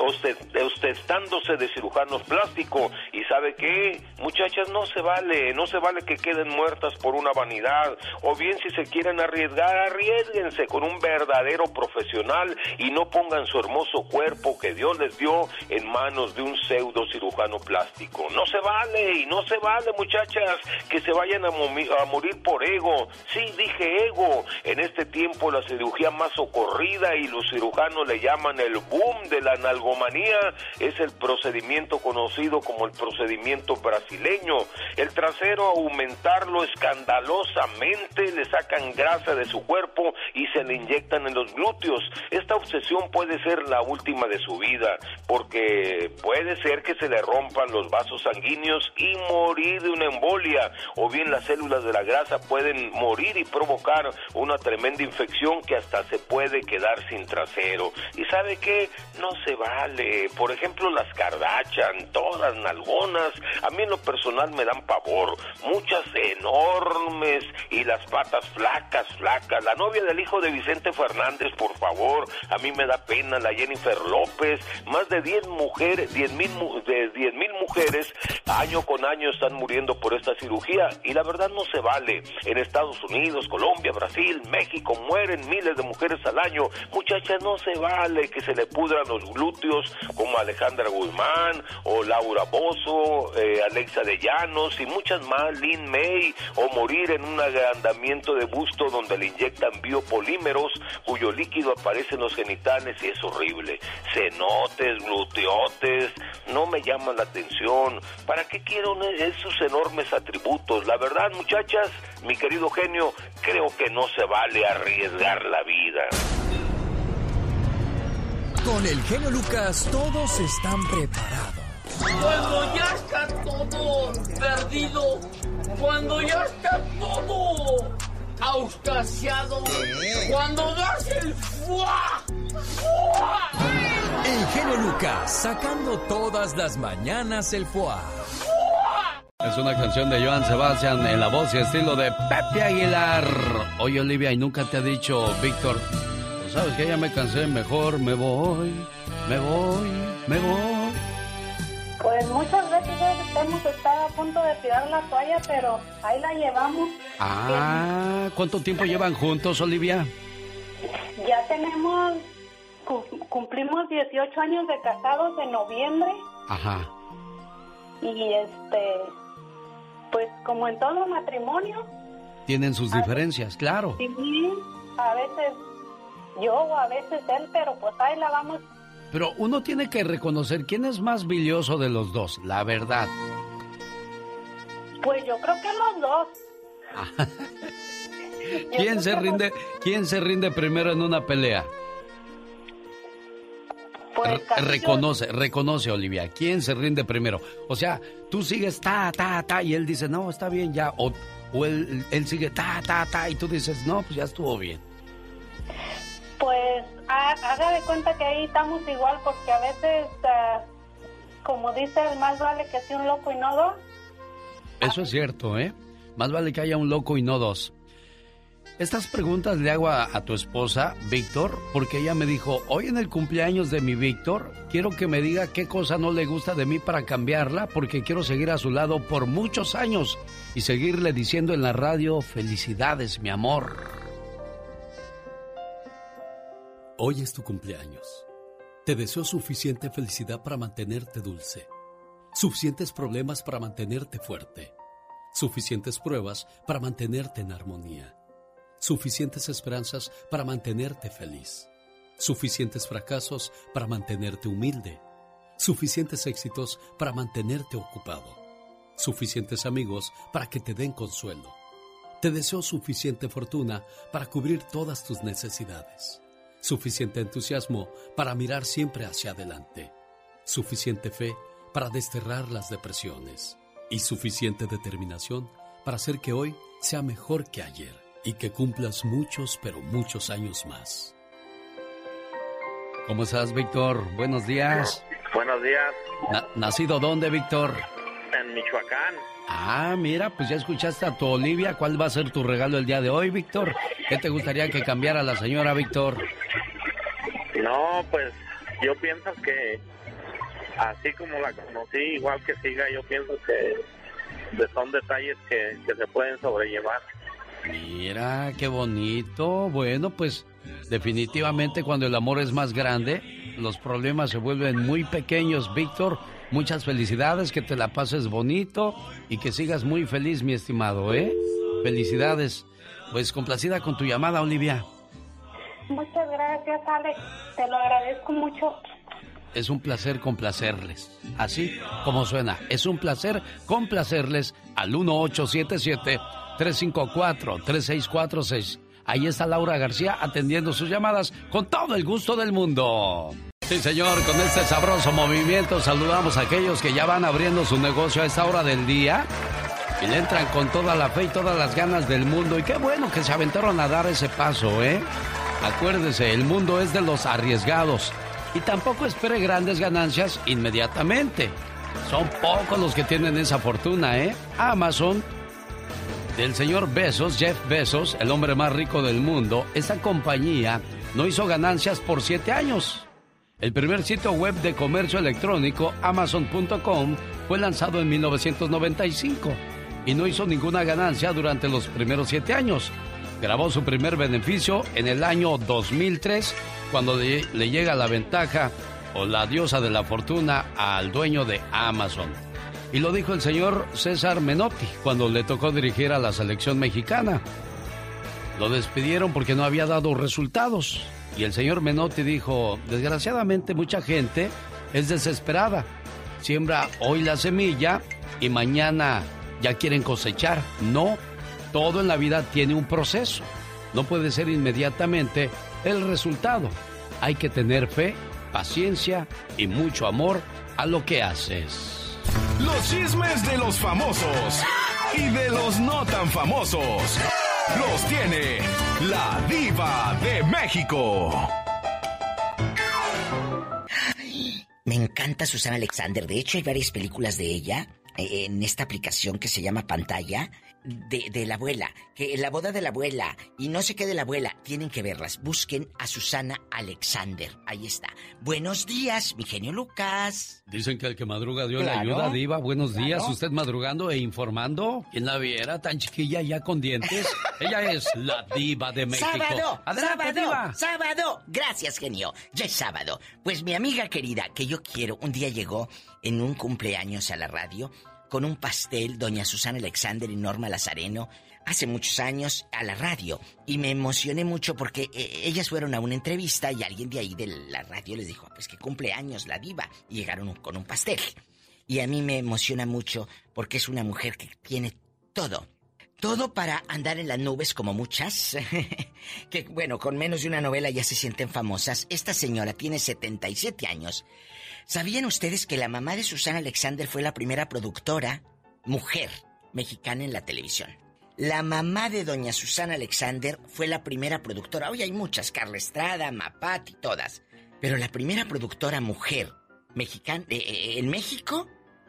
de cirujanos plásticos. Y ¿sabe qué? Muchachas, no se vale que queden muertas por una vanidad, o bien si se quieren arriesgar, arriésguense con un verdadero profesional y no pongan su hermoso cuerpo que Dios les dio en manos de un pseudo cirujano plástico. No se vale, y no se vale, muchachas, que se vayan a morir por ego. Sí, dije ego. En este tiempo la cirugía más socorrida, y los cirujanos le llaman el boom de la nalgomanía, es el procedimiento conocido como el procedimiento brasileño. El trasero, aumentarlo escandalosamente, le sacan grasa de su cuerpo y se le inyectan en los glúteos. Esta obsesión puede ser la última de su vida, porque puede ser que se le rompan los vasos sanguíneos y morir de una embolia, o bien las células de la grasa pueden morir y provocar una tremenda infección que hasta se puede quedar sin trasero. ¿Y sabe qué? No se vale. Por ejemplo, las Kardashian, todas nalgonas, a mí en lo personal me dan pavor. Muchas enormes y las patas flacas. La novia del hijo de Vicente Fernández, por favor, a mí me da pena. La Jennifer López, más de 10 mil mujeres año con año están muriendo por esta cirugía, y la verdad no se vale. En Estados Unidos, Colombia, Brasil, México, mueren miles de mujeres al año. Muchachas, no se vale que se le pudran los glúteos como Alejandra Guzmán o Laura Bozzo, Alexa de Llanos y muchas más, Lin May, o morir en un agrandamiento de busto donde le inyectan biopolímeros cuyo líquido aparece en los genitales y es horrible. Cenotes, gluteotes, no me llaman la atención. ¿Para qué quiero esos enormes atributos? La verdad, muchachas, mi querido genio, creo que no se vale arriesgar la vida. Con el genio Lucas todos están preparados. Cuando ya está todo perdido, cuando ya está todo auscasiado, cuando das el ¡fua! ¡fua! El genio Lucas sacando todas las mañanas el ¡fua! Es una canción de Joan Sebastián en la voz y estilo de Pepe Aguilar. Oye, Olivia, ¿y nunca te ha dicho Víctor, pues sabes que ya me cansé, mejor me voy? Pues muchas veces hemos estado a punto de tirar la toalla, pero ahí la llevamos. ¿Cuánto tiempo llevan juntos, Olivia? Ya cumplimos 18 años de casados en noviembre. Ajá. Y pues como en todo matrimonio. Tienen sus diferencias, claro. Sí, a veces yo o a veces él, pero pues ahí la vamos. Pero uno tiene que reconocer quién es más bilioso de los dos, la verdad. Pues yo creo que los dos. ¿Quién se rinde primero en una pelea? Pues, reconoce, Olivia, ¿quién se rinde primero? O sea, tú sigues y él dice, no, está bien ya, o él sigue y tú dices, no, pues ya estuvo bien. Pues haga de cuenta que ahí estamos igual, porque a veces, como dice el más vale que sea un loco y no dos. Eso es cierto, ¿eh? Más vale que haya un loco y no dos. Estas preguntas le hago a tu esposa, Víctor, porque ella me dijo, hoy en el cumpleaños de mi Víctor, quiero que me diga qué cosa no le gusta de mí para cambiarla, porque quiero seguir a su lado por muchos años y seguirle diciendo en la radio, felicidades, mi amor. Hoy es tu cumpleaños. Te deseo suficiente felicidad para mantenerte dulce, suficientes problemas para mantenerte fuerte, suficientes pruebas para mantenerte en armonía, suficientes esperanzas para mantenerte feliz, suficientes fracasos para mantenerte humilde, suficientes éxitos para mantenerte ocupado, suficientes amigos para que te den consuelo. Te deseo suficiente fortuna para cubrir todas tus necesidades, suficiente entusiasmo para mirar siempre hacia adelante, suficiente fe para desterrar las depresiones y suficiente determinación para hacer que hoy sea mejor que ayer y que cumplas muchos, pero muchos años más. ¿Cómo estás, Víctor? Buenos días. Buenos días. ¿Nacido dónde, Víctor? En Michoacán. Ah, mira, pues ya escuchaste a tu Olivia. ¿Cuál va a ser tu regalo el día de hoy, Víctor? ¿Qué te gustaría que cambiara la señora, Víctor? No, pues yo pienso que así como la conocí, igual que siga, yo pienso que son detalles que se pueden sobrellevar. Mira, qué bonito. Bueno, pues definitivamente cuando el amor es más grande, los problemas se vuelven muy pequeños, Víctor. Muchas felicidades, que te la pases bonito y que sigas muy feliz, mi estimado, ¿eh? Felicidades. Pues complacida con tu llamada, Olivia. Muchas gracias, Alex. Te lo agradezco mucho. Es un placer complacerles. Así como suena. Es un placer complacerles al 1877-354-3646. Ahí está Laura García atendiendo sus llamadas con todo el gusto del mundo. Sí, señor, con este sabroso movimiento saludamos a aquellos que ya van abriendo su negocio a esta hora del día y le entran con toda la fe y todas las ganas del mundo. Y qué bueno que se aventaron a dar ese paso, ¿eh? Acuérdese, el mundo es de los arriesgados y tampoco espere grandes ganancias inmediatamente. Son pocos los que tienen esa fortuna, ¿eh? Amazon, del señor Bezos, Jeff Bezos, el hombre más rico del mundo, esta compañía no hizo ganancias por 7 años. El primer sitio web de comercio electrónico, Amazon.com, fue lanzado en 1995 y no hizo ninguna ganancia durante los primeros 7 años. Grabó su primer beneficio en el año 2003, cuando le llega la ventaja o la diosa de la fortuna al dueño de Amazon. Y lo dijo el señor César Menotti cuando le tocó dirigir a la selección mexicana. Lo despidieron porque no había dado resultados. Y el señor Menotti dijo, desgraciadamente mucha gente es desesperada. Siembra hoy la semilla y mañana ya quieren cosechar. No, todo en la vida tiene un proceso. No puede ser inmediatamente el resultado. Hay que tener fe, paciencia y mucho amor a lo que haces. Los chismes de los famosos y de los no tan famosos los tiene la Diva de México. Me encanta Susana Alexander. De hecho, hay varias películas de ella en esta aplicación que se llama Pantalla. De la abuela, que la boda de la abuela y no sé qué de la abuela, tienen que verlas. Busquen a Susana Alexander, ahí está. Buenos días, mi genio Lucas. Dicen que el que madruga Dios le ayuda, Diva. Buenos días, usted madrugando e informando. ¿Quién la viera tan chiquilla ya con dientes? Ella es la Diva de México. ¡Sábado! Adelante, ¡Sábado! Diva. ¡Sábado! Gracias, genio. Ya es sábado. Pues mi amiga querida, que yo quiero, un día llegó en un cumpleaños a la radio con un pastel, doña Susana Alexander y Norma Lazareno, hace muchos años a la radio. Y me emocioné mucho porque ellas fueron a una entrevista y alguien de ahí de la radio les dijo, pues que cumpleaños la Diva. Y llegaron con un pastel. Y a mí me emociona mucho porque es una mujer que tiene todo. Todo para andar en las nubes como muchas. Que bueno, con menos de una novela ya se sienten famosas. Esta señora tiene 77 años. ¿Sabían ustedes que la mamá de Susana Alexander fue la primera productora mujer mexicana en la televisión? La mamá de doña Susana Alexander fue la primera productora. Hoy hay muchas, Carla Estrada, Mapati, todas. Pero la primera productora mujer mexicana en México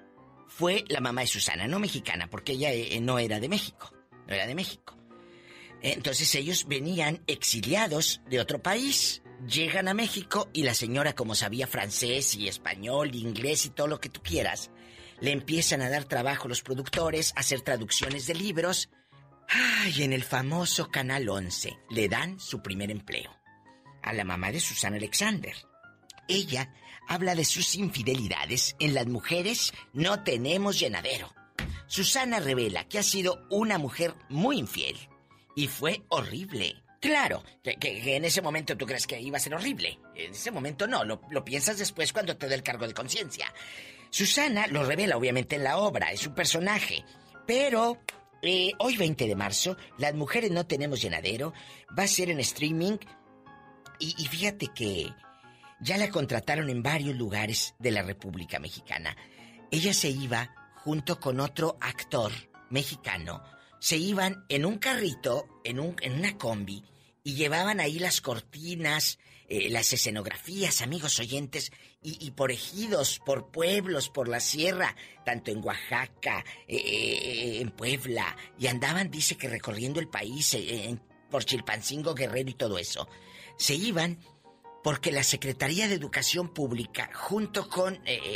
fue la mamá de Susana, no mexicana, porque ella no era de México. No era de México. Entonces ellos venían exiliados de otro país. Llegan a México y la señora, como sabía francés y español, inglés y todo lo que tú quieras, le empiezan a dar trabajo los productores, a hacer traducciones de libros. Y en el famoso Canal 11 le dan su primer empleo a la mamá de Susana Alexander. Ella habla de sus infidelidades. En las mujeres no tenemos llenadero. Susana revela que ha sido una mujer muy infiel y fue horrible. Claro, que en ese momento tú crees que iba a ser horrible. En ese momento no, lo piensas después cuando te da el cargo de conciencia. Susana lo revela obviamente en la obra, es un personaje. Pero hoy 20 de marzo, Las Mujeres No Tenemos Llenadero va a ser en streaming. Y fíjate que ya la contrataron en varios lugares de la República Mexicana. Ella se iba junto con otro actor mexicano. Se iban en un carrito, en una combi, y llevaban ahí las cortinas, las escenografías, amigos oyentes, y por ejidos, por pueblos, por la sierra, tanto en Oaxaca, en Puebla, y andaban, dice que recorriendo el país, por Chilpancingo, Guerrero y todo eso. Se iban porque la Secretaría de Educación Pública, junto con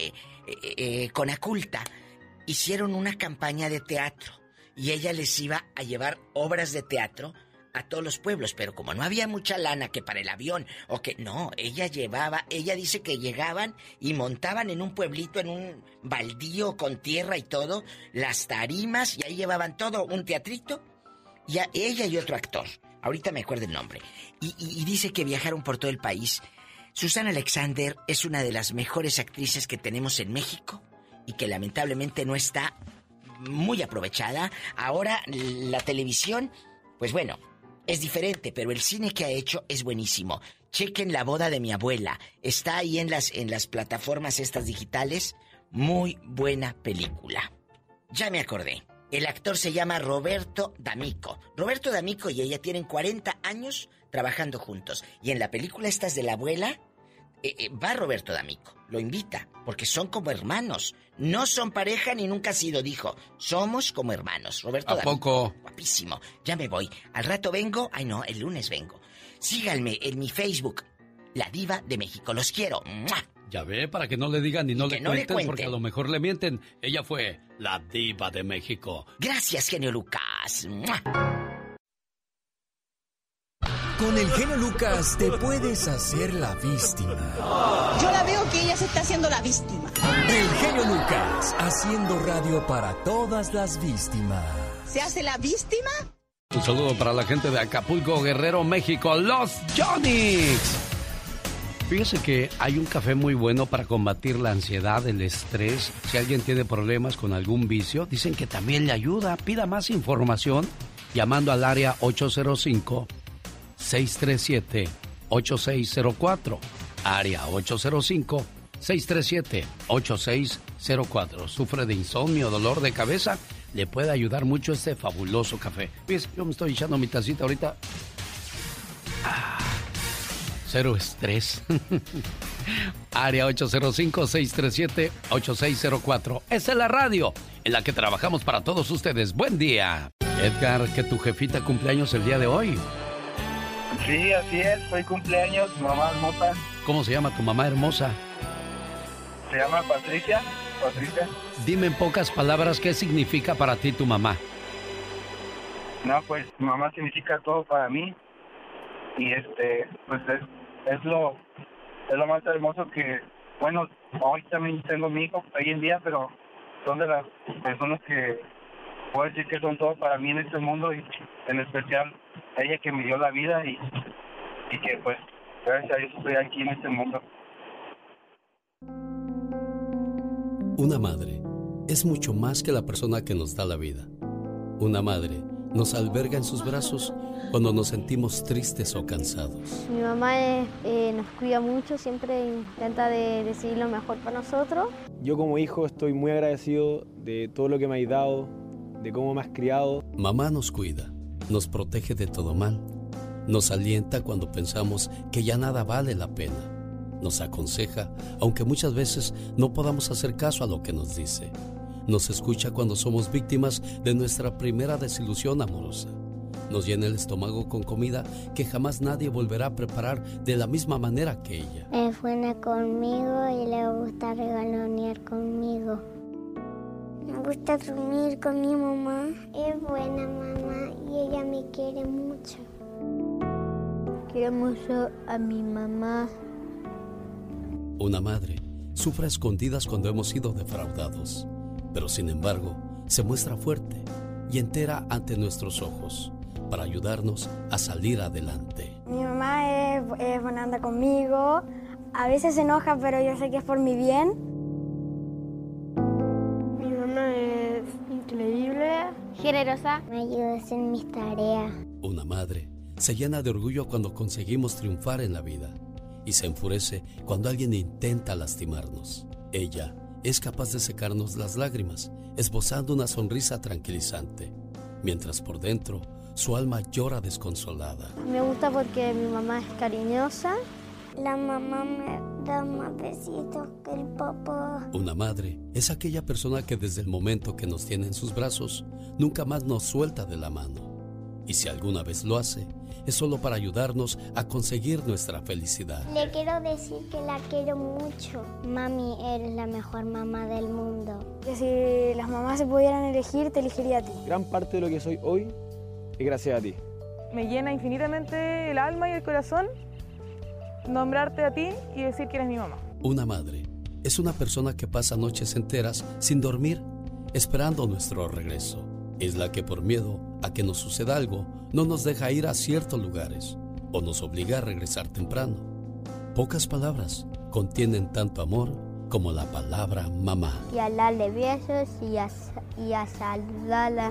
Aculta, hicieron una campaña de teatro. Y ella les iba a llevar obras de teatro a todos los pueblos, pero como no había mucha lana que para el avión, o que no, ella dice que llegaban y montaban en un pueblito, en un baldío con tierra y todo, las tarimas, y ahí llevaban todo, un teatrito, y ella y otro actor, ahorita me acuerdo el nombre, y dice que viajaron por todo el país. Susana Alexander es una de las mejores actrices que tenemos en México, y que lamentablemente no está muy aprovechada. Ahora la televisión, pues bueno, es diferente, pero el cine que ha hecho es buenísimo. Chequen La Boda de mi Abuela. Está ahí en las plataformas estas digitales. Muy buena película. Ya me acordé. El actor se llama Roberto D'Amico. Roberto D'Amico y ella tienen 40 años trabajando juntos. Y en la película estas de la abuela, va Roberto D'Amico. Lo invita, porque son como hermanos. No son pareja ni nunca ha sido, dijo. Somos como hermanos. Roberto D'Amico. ¿A poco? Guapísimo. Ya me voy. Al rato vengo. Ay, no, el lunes vengo. Síganme en mi Facebook, La Diva de México. Los quiero. ¡Mua! Ya ve, para que no le digan ni no le cuenten, porque a lo mejor le mienten. Ella fue la Diva de México. Gracias, genio Lucas. ¡Mua! Con el genio Lucas te puedes hacer la víctima. Yo la veo que ella se está haciendo la víctima. El genio Lucas, haciendo radio para todas las víctimas. ¿Se hace la víctima? Un saludo para la gente de Acapulco, Guerrero, México, los Jonix. Fíjese que hay un café muy bueno para combatir la ansiedad, el estrés. Si alguien tiene problemas con algún vicio, dicen que también le ayuda. Pida más información llamando al área 805-637-8604. Área 805-637-8604. ¿Sufre de insomnio, dolor de cabeza? Le puede ayudar mucho este fabuloso café. ¿Ves? Yo me estoy echando mi tacita ahorita. Cero estrés. Área 805-637-8604. Esa es la radio en la que trabajamos para todos ustedes. Buen día. Edgar, que tu jefita cumpleaños el día de hoy. Sí, así es. Hoy cumpleaños, mamá hermosa. ¿Cómo se llama tu mamá hermosa? Se llama Patricia. Dime en pocas palabras qué significa para ti tu mamá. No, pues mi mamá significa todo para mí. Y pues es lo más hermoso que, bueno, hoy también tengo mi hijo hoy en día, pero son de las personas que puedo decir que son todo para mí en este mundo, y en especial ella que me dio la vida y que pues gracias a Dios estoy aquí en este mundo. Una madre es mucho más que la persona que nos da la vida. Una madre nos alberga en sus brazos cuando nos sentimos tristes o cansados. Mi mamá nos cuida mucho, siempre intenta de decidir lo mejor para nosotros. Yo como hijo estoy muy agradecido de todo lo que me has dado, de cómo me has criado. Mamá nos cuida, nos protege de todo mal, nos alienta cuando pensamos que ya nada vale la pena, nos aconseja, aunque muchas veces no podamos hacer caso a lo que nos dice. Nos escucha cuando somos víctimas de nuestra primera desilusión amorosa. Nos llena el estómago con comida que jamás nadie volverá a preparar de la misma manera que ella. Es buena conmigo y le gusta regalonear conmigo. Me gusta dormir con mi mamá. Es buena mamá y ella me quiere mucho. Quiero mucho a mi mamá. Una madre sufre a escondidas cuando hemos sido defraudados, pero sin embargo se muestra fuerte y entera ante nuestros ojos para ayudarnos a salir adelante. Mi mamá es buena onda conmigo, a veces se enoja, pero yo sé que es por mi bien. Mi mamá es increíble, generosa, me ayuda a hacer mis tareas. Una madre se llena de orgullo cuando conseguimos triunfar en la vida y se enfurece cuando alguien intenta lastimarnos. Ella es capaz de secarnos las lágrimas, esbozando una sonrisa tranquilizante, mientras por dentro su alma llora desconsolada. Me gusta porque mi mamá es cariñosa. La mamá me da más besitos que el papá. Una madre es aquella persona que desde el momento que nos tiene en sus brazos, nunca más nos suelta de la mano. Y si alguna vez lo hace, es solo para ayudarnos a conseguir nuestra felicidad. Le quiero decir que la quiero mucho. Mami, eres la mejor mamá del mundo. Que si las mamás se pudieran elegir, te elegiría a ti. Gran parte de lo que soy hoy es gracias a ti. Me llena infinitamente el alma y el corazón nombrarte a ti y decir que eres mi mamá. Una madre es una persona que pasa noches enteras sin dormir, esperando nuestro regreso. Es la que por miedo a que nos suceda algo, no nos deja ir a ciertos lugares o nos obliga a regresar temprano. Pocas palabras contienen tanto amor como la palabra mamá. Y a darle besos y a saludarla.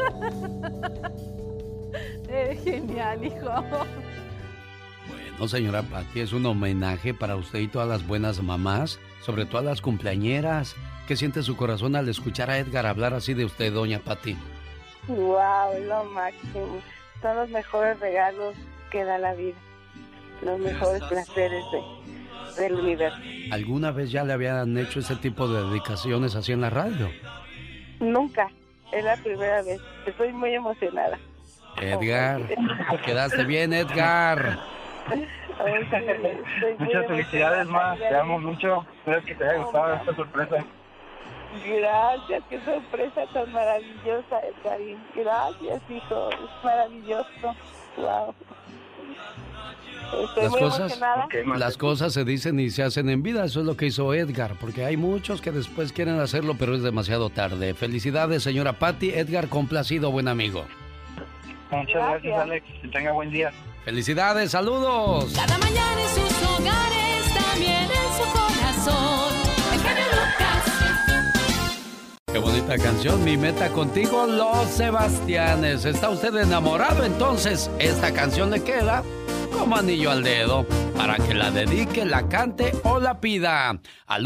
Eres genial, hijo. Bueno, señora Pati, es un homenaje para usted y todas las buenas mamás, sobre todo a las cumpleañeras. ¿Qué siente su corazón al escuchar a Edgar hablar así de usted, doña Pati? Wow, lo máximo. Son los mejores regalos que da la vida. Los mejores placeres del universo. ¿Alguna vez ya le habían hecho ese tipo de dedicaciones así en la radio? Nunca. Es la primera vez. Estoy muy emocionada. Edgar, quedaste bien, Edgar. Muchas felicidades, ma. Te amo mucho. Espero que te haya gustado esta sorpresa. Gracias, qué sorpresa tan maravillosa, Edgarín. Gracias, hijo. Es maravilloso. Wow. Estoy muy emocionada. Las cosas se dicen y se hacen en vida. Eso es lo que hizo Edgar, porque hay muchos que después quieren hacerlo, pero es demasiado tarde. Felicidades, señora Pati. Edgar, complacido, buen amigo. Muchas gracias, Alex. Que tenga buen día. Felicidades, saludos. Cada mañana en sus hogares, también en su corazón. El genio Lucas. Qué bonita canción, Mi Meta Contigo, Los Sebastianes. ¿Está usted enamorado? Entonces, esta canción le queda como anillo al dedo para que la dedique, la cante o la pida al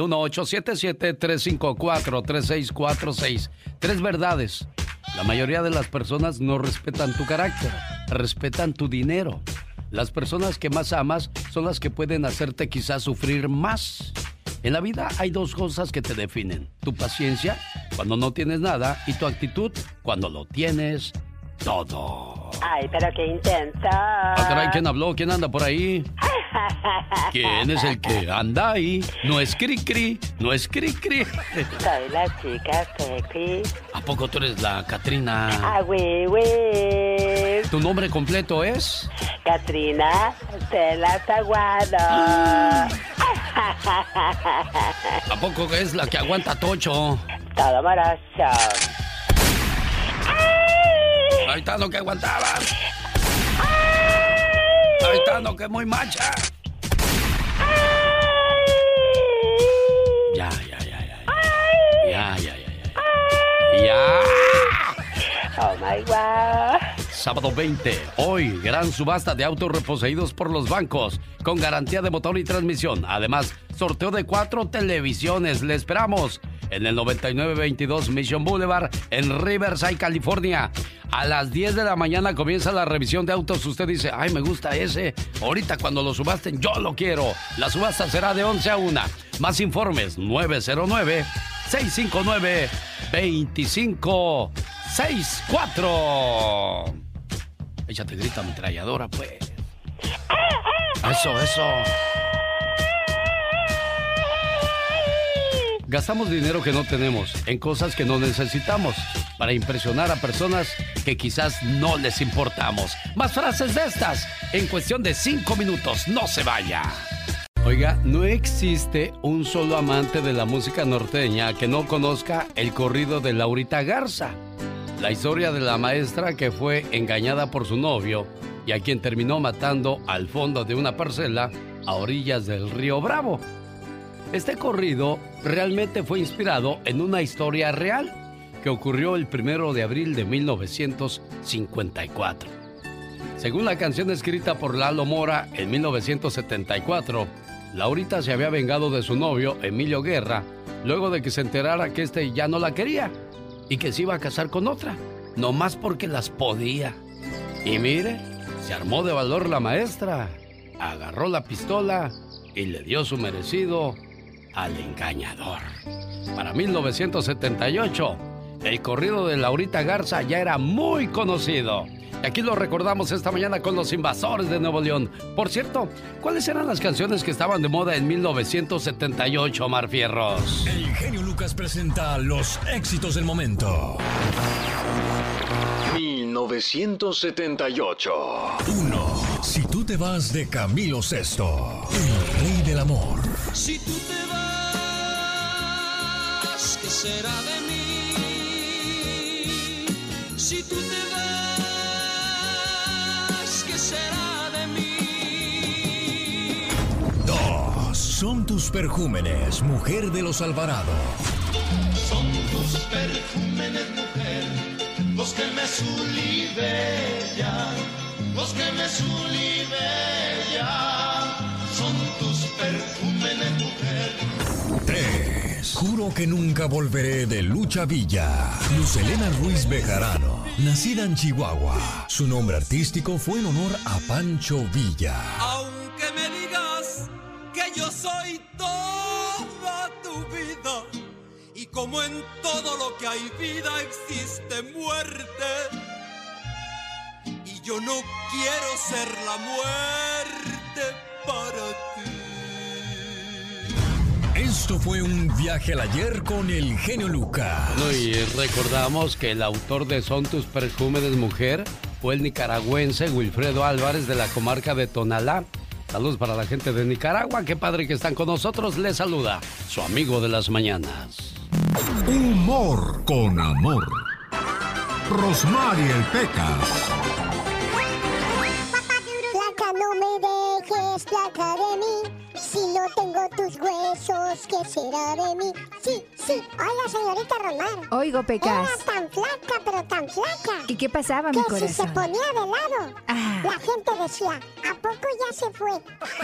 1877-354-3646. 3 verdades. La mayoría de las personas no respetan tu carácter, respetan tu dinero. Las personas que más amas son las que pueden hacerte quizás sufrir más. En la vida hay 2 cosas que te definen. Tu paciencia cuando no tienes nada y tu actitud cuando lo tienes todo. Ay, pero qué intensa. Ah, caray, ¿quién habló? ¿Quién anda por ahí? ¿Quién es el que anda ahí? No es Cri-Cri, no es Cri-Cri. Soy la chica sexy. ¿A poco tú eres la Catrina? Ah, güey, güey. ¿Tu nombre completo es? Catrina Telas Aguado. ¿A poco es la que aguanta tocho? Todo moroso. Ahí está lo que aguantaba. Ahí está lo que es muy macha. Ya. Oh my God. Sábado 20, hoy, gran subasta de autos reposeídos por los bancos, con garantía de motor y transmisión. Además, sorteo de 4 televisiones. Le esperamos en el 9922 Mission Boulevard, en Riverside, California. A las 10 de la mañana comienza la revisión de autos. Usted dice, ay, me gusta ese. Ahorita cuando lo subasten, yo lo quiero. La subasta será de 11 a 1. Más informes, 659-2564. Échate grito ametralladora, pues. Eso. Gastamos dinero que no tenemos en cosas que no necesitamos para impresionar a personas que quizás no les importamos. Más frases de estas en cuestión de 5 minutos. No se vaya. Oiga, no existe un solo amante de la música norteña que no conozca el corrido de Laurita Garza. La historia de la maestra que fue engañada por su novio y a quien terminó matando al fondo de una parcela a orillas del río Bravo. Este corrido realmente fue inspirado en una historia real que ocurrió el 1 de abril de 1954. Según la canción escrita por Lalo Mora en 1974, Laurita se había vengado de su novio, Emilio Guerra, luego de que se enterara que este ya no la quería y que se iba a casar con otra, nomás porque las podía. Y mire, se armó de valor la maestra, agarró la pistola y le dio su merecido al engañador. Para 1978, el corrido de Laurita Garza ya era muy conocido. Y aquí lo recordamos esta mañana con los Invasores de Nuevo León. Por cierto, ¿cuáles eran las canciones que estaban de moda en 1978, Omar Fierros? El genio Lucas presenta los éxitos del momento. 1978. 1. Si tú te vas, de Camilo Sesto, el rey del amor. Si tú te vas, ¿qué será de mí? Si tú te vas, ¿qué será de mí? 2. Son tus perjúmenes, mujer de los Alvarado. Son tus perjúmenes, mujer, los que me sulibellan, los que me sulibellan. Son tus perjúmenes, mujer. 3. Juro que nunca volveré, de Lucha Villa. Luz Helena Ruiz Bejarano, nacida en Chihuahua. Su nombre artístico fue en honor a Pancho Villa. Aunque me digas que yo soy toda tu vida, y como en todo lo que hay vida existe muerte, y yo no quiero ser la muerte para ti. Esto fue un viaje al ayer con el genio Lucas. Y recordamos que el autor de Son tus perjúmenes, mujer, fue el nicaragüense Wilfredo Álvarez, de la comarca de Tonalá. Saludos para la gente de Nicaragua, qué padre que están con nosotros. Les saluda su amigo de las mañanas. Humor con amor. Rosmarie el Pecas. Flaca, no me dejes, flaca de mí. Si no tengo tus huesos, ¿qué será de mí? Sí. Hola, señorita Román. Oigo, Pecas. Era tan flaca, pero tan flaca. ¿Y qué pasaba, mi corazón? Que si se ponía de lado, la gente decía, ¿a poco ya se fue?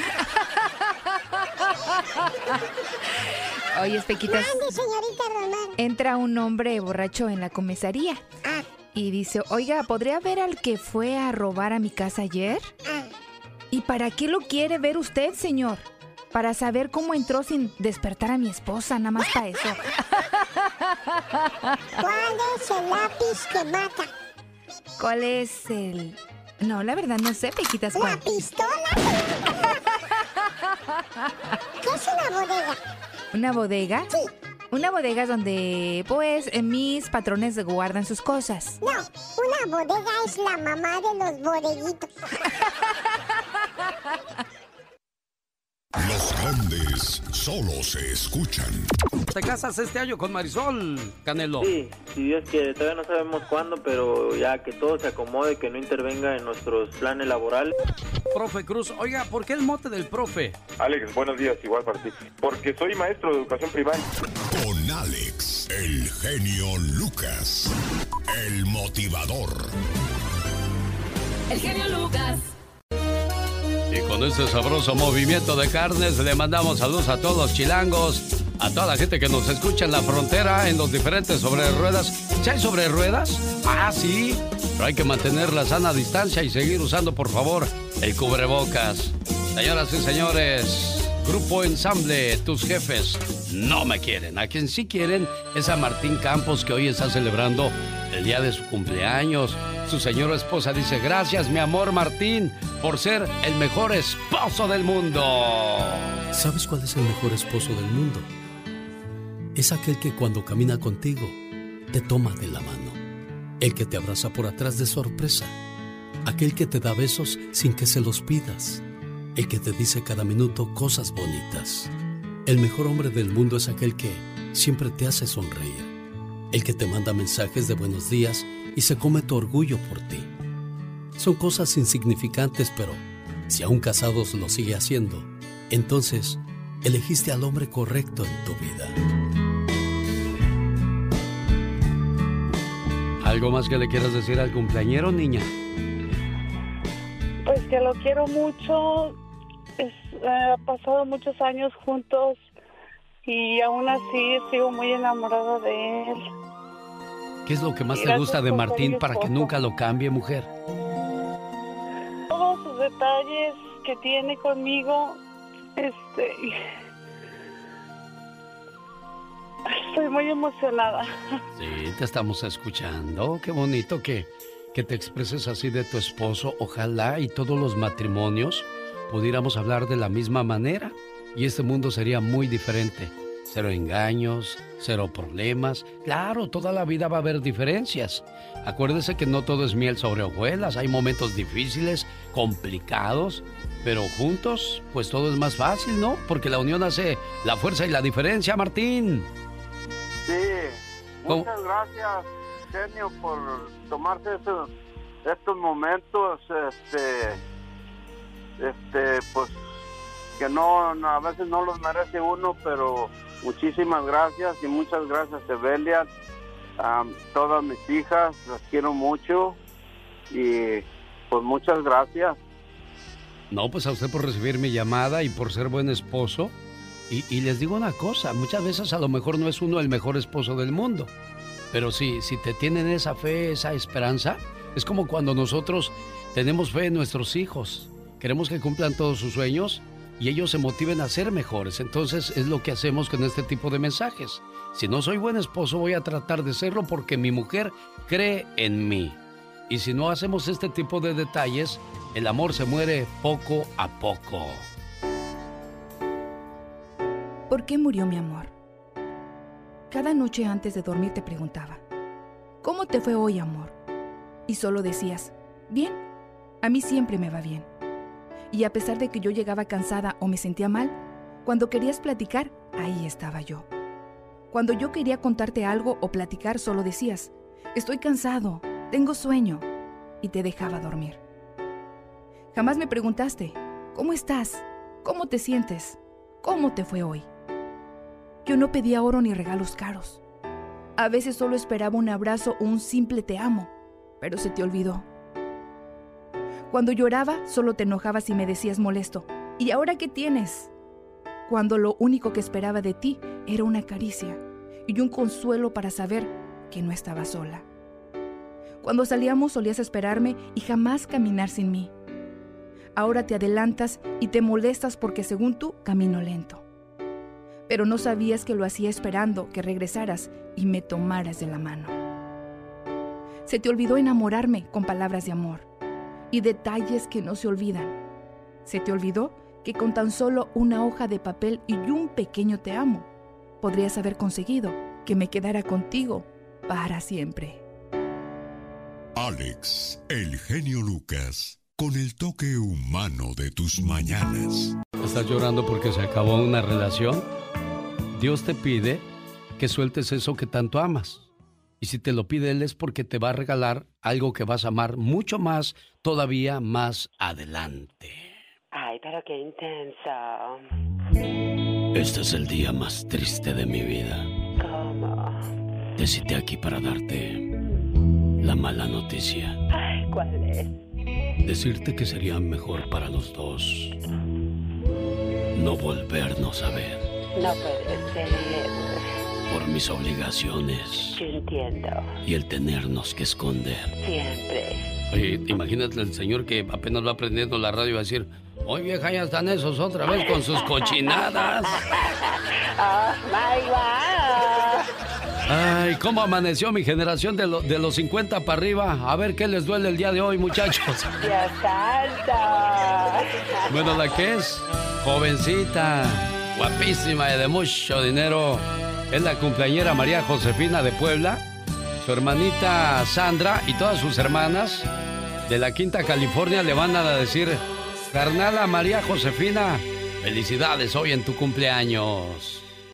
Oye, Pequitas. Mande, señorita Román. Entra un hombre borracho en la comisaría. Y dice, oiga, ¿podría ver al que fue a robar a mi casa ayer? ¿Y para qué lo quiere ver usted, señor? Para saber cómo entró sin despertar a mi esposa, nada más para eso. ¿Cuál es el lápiz que mata? ¿Cuál es el...? No, la verdad no sé, Pequitas. ¿La pistola? ¿Qué es una bodega? ¿Una bodega? Sí. Una bodega es donde, pues, mis patrones guardan sus cosas. No, una bodega es la mamá de los bodeguitos. Los grandes solo se escuchan. ¿Te casas este año con Marisol, Canelo? Sí, si Dios quiere, todavía no sabemos cuándo, pero ya que todo se acomode, que no intervenga en nuestros planes laborales. Profe Cruz, oiga, ¿por qué el mote del profe? Alex, buenos días, igual para ti. Porque soy maestro de educación primaria. Con Alex, el genio Lucas, el motivador. El genio Lucas. Y con este sabroso movimiento de carnes le mandamos saludos a todos los chilangos, a toda la gente que nos escucha en la frontera, en los diferentes sobre ruedas. ¿Sí hay sobre ruedas? Ah, sí, pero hay que mantener la sana distancia y seguir usando, por favor, el cubrebocas. Señoras y señores, Grupo Ensamble, tus jefes no me quieren. A quien sí quieren es a Martín Campos, que hoy está celebrando el día de su cumpleaños. Su señora esposa dice: gracias, mi amor Martín, por ser el mejor esposo del mundo. ¿Sabes cuál es el mejor esposo del mundo? Es aquel que cuando camina contigo te toma de la mano, el que te abraza por atrás de sorpresa, aquel que te da besos sin que se los pidas, el que te dice cada minuto cosas bonitas. El mejor hombre del mundo es aquel que siempre te hace sonreír, el que te manda mensajes de buenos días y se come tu orgullo por ti. Son cosas insignificantes, pero si aún casados lo sigue haciendo, entonces elegiste al hombre correcto en tu vida. ¿Algo más que le quieras decir al cumpleañero, niña? Pues que lo quiero mucho. Ha pasado muchos años juntos y aún así sigo muy enamorada de él. ¿Qué es lo que más te gusta de Martín para que nunca lo cambie, mujer? Todos sus detalles que tiene conmigo, estoy muy emocionada. Sí, te estamos escuchando. Qué bonito que te expreses así de tu esposo. Ojalá y todos los matrimonios pudiéramos hablar de la misma manera y este mundo sería muy diferente. Cero engaños, cero problemas. Claro, toda la vida va a haber diferencias. Acuérdese que no todo es miel sobre hojuelas. Hay momentos difíciles, complicados, pero juntos, pues todo es más fácil, ¿no? Porque la unión hace la fuerza y la diferencia, Martín. Sí, muchas gracias, genio, por tomarse estos momentos, pues que no, a veces no los merece uno, pero muchísimas gracias y muchas gracias, Evelia, a todas mis hijas, las quiero mucho y pues muchas gracias. No, pues a usted por recibir mi llamada y por ser buen esposo. Y les digo una cosa, muchas veces a lo mejor no es uno el mejor esposo del mundo, pero si te tienen esa fe, esa esperanza, es como cuando nosotros tenemos fe en nuestros hijos, queremos que cumplan todos sus sueños y ellos se motiven a ser mejores. Entonces es lo que hacemos con este tipo de mensajes. Si no soy buen esposo, voy a tratar de serlo porque mi mujer cree en mí. Y si no hacemos este tipo de detalles, el amor se muere poco a poco. ¿Por qué murió mi amor? Cada noche antes de dormir te preguntaba: ¿cómo te fue hoy, amor? Y solo decías: bien, a mí siempre me va bien. Y a pesar de que yo llegaba cansada o me sentía mal, cuando querías platicar, ahí estaba yo. Cuando yo quería contarte algo o platicar, solo decías: estoy cansado, tengo sueño, y te dejaba dormir. Jamás me preguntaste: ¿cómo estás? ¿Cómo te sientes? ¿Cómo te fue hoy? Yo no pedía oro ni regalos caros. A veces solo esperaba un abrazo o un simple te amo, pero se te olvidó. Cuando lloraba, solo te enojabas y me decías molesto: ¿y ahora qué tienes? Cuando lo único que esperaba de ti era una caricia y un consuelo para saber que no estaba sola. Cuando salíamos solías esperarme y jamás caminar sin mí. Ahora te adelantas y te molestas porque según tú camino lento. Pero no sabías que lo hacía esperando que regresaras y me tomaras de la mano. Se te olvidó enamorarme con palabras de amor y detalles que no se olvidan. Se te olvidó que con tan solo una hoja de papel y un pequeño te amo, podrías haber conseguido que me quedara contigo para siempre. Alex, el genio Lucas, con el toque humano de tus mañanas. ¿Estás llorando porque se acabó una relación? Dios te pide que sueltes eso que tanto amas. Y si te lo pide Él es porque te va a regalar algo que vas a amar mucho más, todavía más adelante. Ay, pero qué intenso. Este es el día más triste de mi vida. ¿Cómo? Te cité aquí para darte la mala noticia. Ay, ¿cuál es? Decirte que sería mejor para los dos no volvernos a ver. No puede ser. Por mis obligaciones. Yo entiendo. Y el tenernos que esconder. Siempre. Oye, imagínate el señor que apenas va aprendiendo la radio y va a decir, oye vieja, ya están esos otra vez con sus cochinadas. Oh, my God. Ay, ¿cómo amaneció mi generación de los 50 para arriba? A ver qué les duele el día de hoy, muchachos. Dios santo. Bueno, la que es jovencita, guapísima y de mucho dinero, es la cumpleañera María Josefina de Puebla, su hermanita Sandra y todas sus hermanas de la Quinta California le van a decir, carnala María Josefina, felicidades hoy en tu cumpleaños.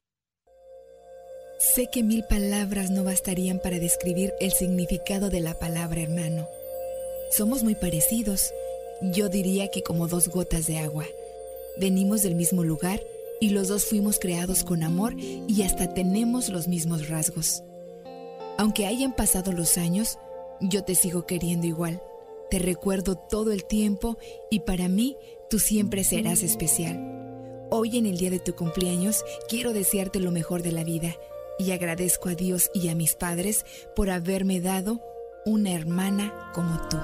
Sé que 1000 palabras no bastarían para describir el significado de la palabra hermano. Somos muy parecidos, yo diría que como 2 gotas de agua. Venimos del mismo lugar y los dos fuimos creados con amor y hasta tenemos los mismos rasgos. Aunque hayan pasado los años, yo te sigo queriendo igual. Te recuerdo todo el tiempo y para mí tú siempre serás especial. Hoy en el día de tu cumpleaños quiero desearte lo mejor de la vida y agradezco a Dios y a mis padres por haberme dado una hermana como tú.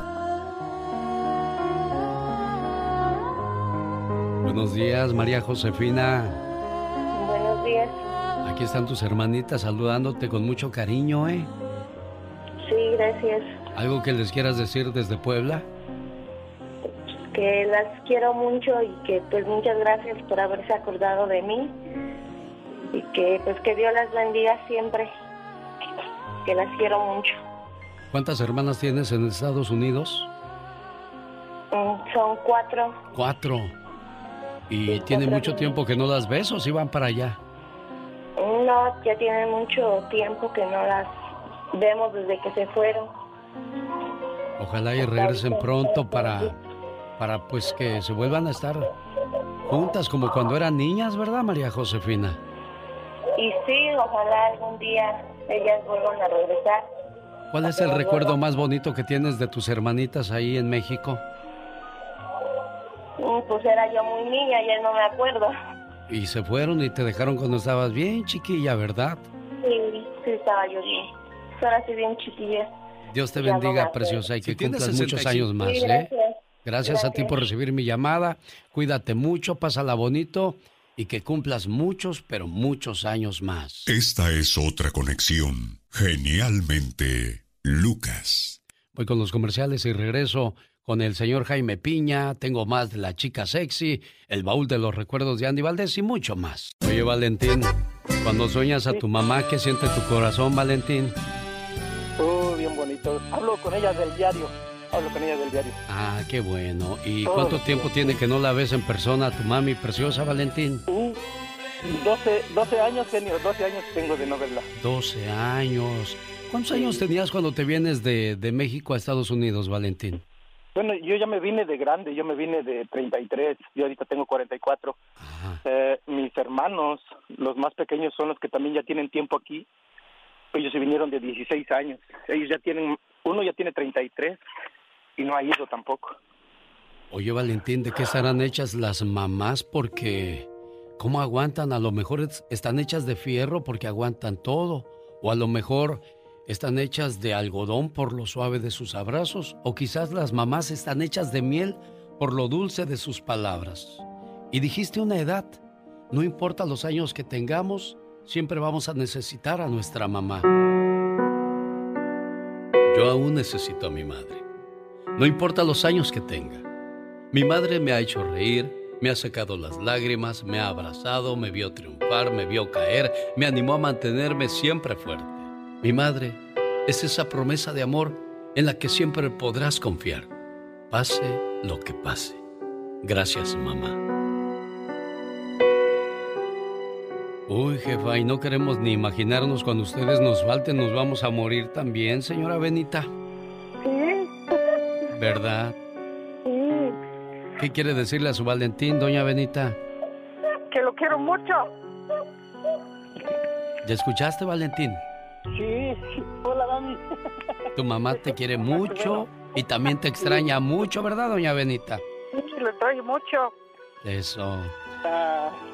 Buenos días, María Josefina. Buenos días. Aquí están tus hermanitas saludándote con mucho cariño, ¿eh? Sí, gracias. ¿Algo que les quieras decir desde Puebla? Que las quiero mucho y que pues muchas gracias por haberse acordado de mí y que pues que Dios las bendiga siempre, que las quiero mucho. ¿Cuántas hermanas tienes en Estados Unidos? Son 4. 4. ¿Y Sí, tiene 4 mucho niños. tiempo que no las ves o si van para allá? No, ya tiene mucho tiempo que no las vemos desde que se fueron. Ojalá y regresen pronto para pues que se vuelvan a estar juntas como cuando eran niñas, ¿verdad, María Josefina? Y sí, ojalá algún día ellas vuelvan a regresar. ¿Cuál es el recuerdo más bonito que tienes de tus hermanitas ahí en México? Pues era yo muy niña, ya no me acuerdo. Y se fueron y te dejaron cuando estabas bien chiquilla, ¿verdad? Sí, sí estaba yo bien. Ahora sí bien chiquilla. Dios te Ya no me bendiga, acuerdo. preciosa, y que Si tienes cumplas muchos 65. años más, Sí, ¿eh? gracias. Gracias a ti por recibir mi llamada. Cuídate mucho, pásala bonito y que cumplas muchos, pero muchos años más. Esta es otra conexión. Genialmente, Lucas. Voy con los comerciales y regreso con el señor Jaime Piña. Tengo más de La Chica Sexy, el baúl de los recuerdos de Andy Valdés y mucho más. Oye, Valentín, cuando sueñas a tu mamá, ¿qué siente tu corazón, Valentín? Bien bonito. Hablo con ella del diario. Ah, qué bueno. ¿Y Todos cuánto los tiempo días. tiene que no la ves en persona a tu mami preciosa, Valentín? 12 años, genio. 12 años tengo de no verla. 12 años. ¿Cuántos años tenías cuando te vienes de México a Estados Unidos, Valentín? Bueno, yo ya me vine de grande. Yo me vine de 33. Yo ahorita tengo 44. Mis hermanos, los más pequeños, son los que también ya tienen tiempo aquí. Ellos se vinieron de 16 años. Ellos ya tienen... Uno ya tiene 33 y no ha ido tampoco. Oye, Valentín, ¿de qué estarán hechas las mamás? Porque, ¿cómo aguantan? A lo mejor están hechas de fierro porque aguantan todo. O a lo mejor están hechas de algodón por lo suave de sus abrazos. O quizás las mamás están hechas de miel por lo dulce de sus palabras. Y dijiste una edad. No importa los años que tengamos, siempre vamos a necesitar a nuestra mamá. Yo aún necesito a mi madre. No importa los años que tenga. Mi madre me ha hecho reír, me ha secado las lágrimas, me ha abrazado, me vio triunfar, me vio caer, me animó a mantenerme siempre fuerte. Mi madre es esa promesa de amor en la que siempre podrás confiar, pase lo que pase. Gracias, mamá. Uy, jefa, y no queremos ni imaginarnos cuando ustedes nos falten, nos vamos a morir también, señora Benita. Sí. ¿Verdad? Sí. ¿Qué quiere decirle a su Valentín, doña Benita? Que lo quiero mucho. ¿Ya escuchaste, Valentín? Sí. Hola, Dani. Tu mamá te quiere mucho y también te extraña mucho, ¿verdad, doña Benita? Sí, lo extraño mucho. Eso.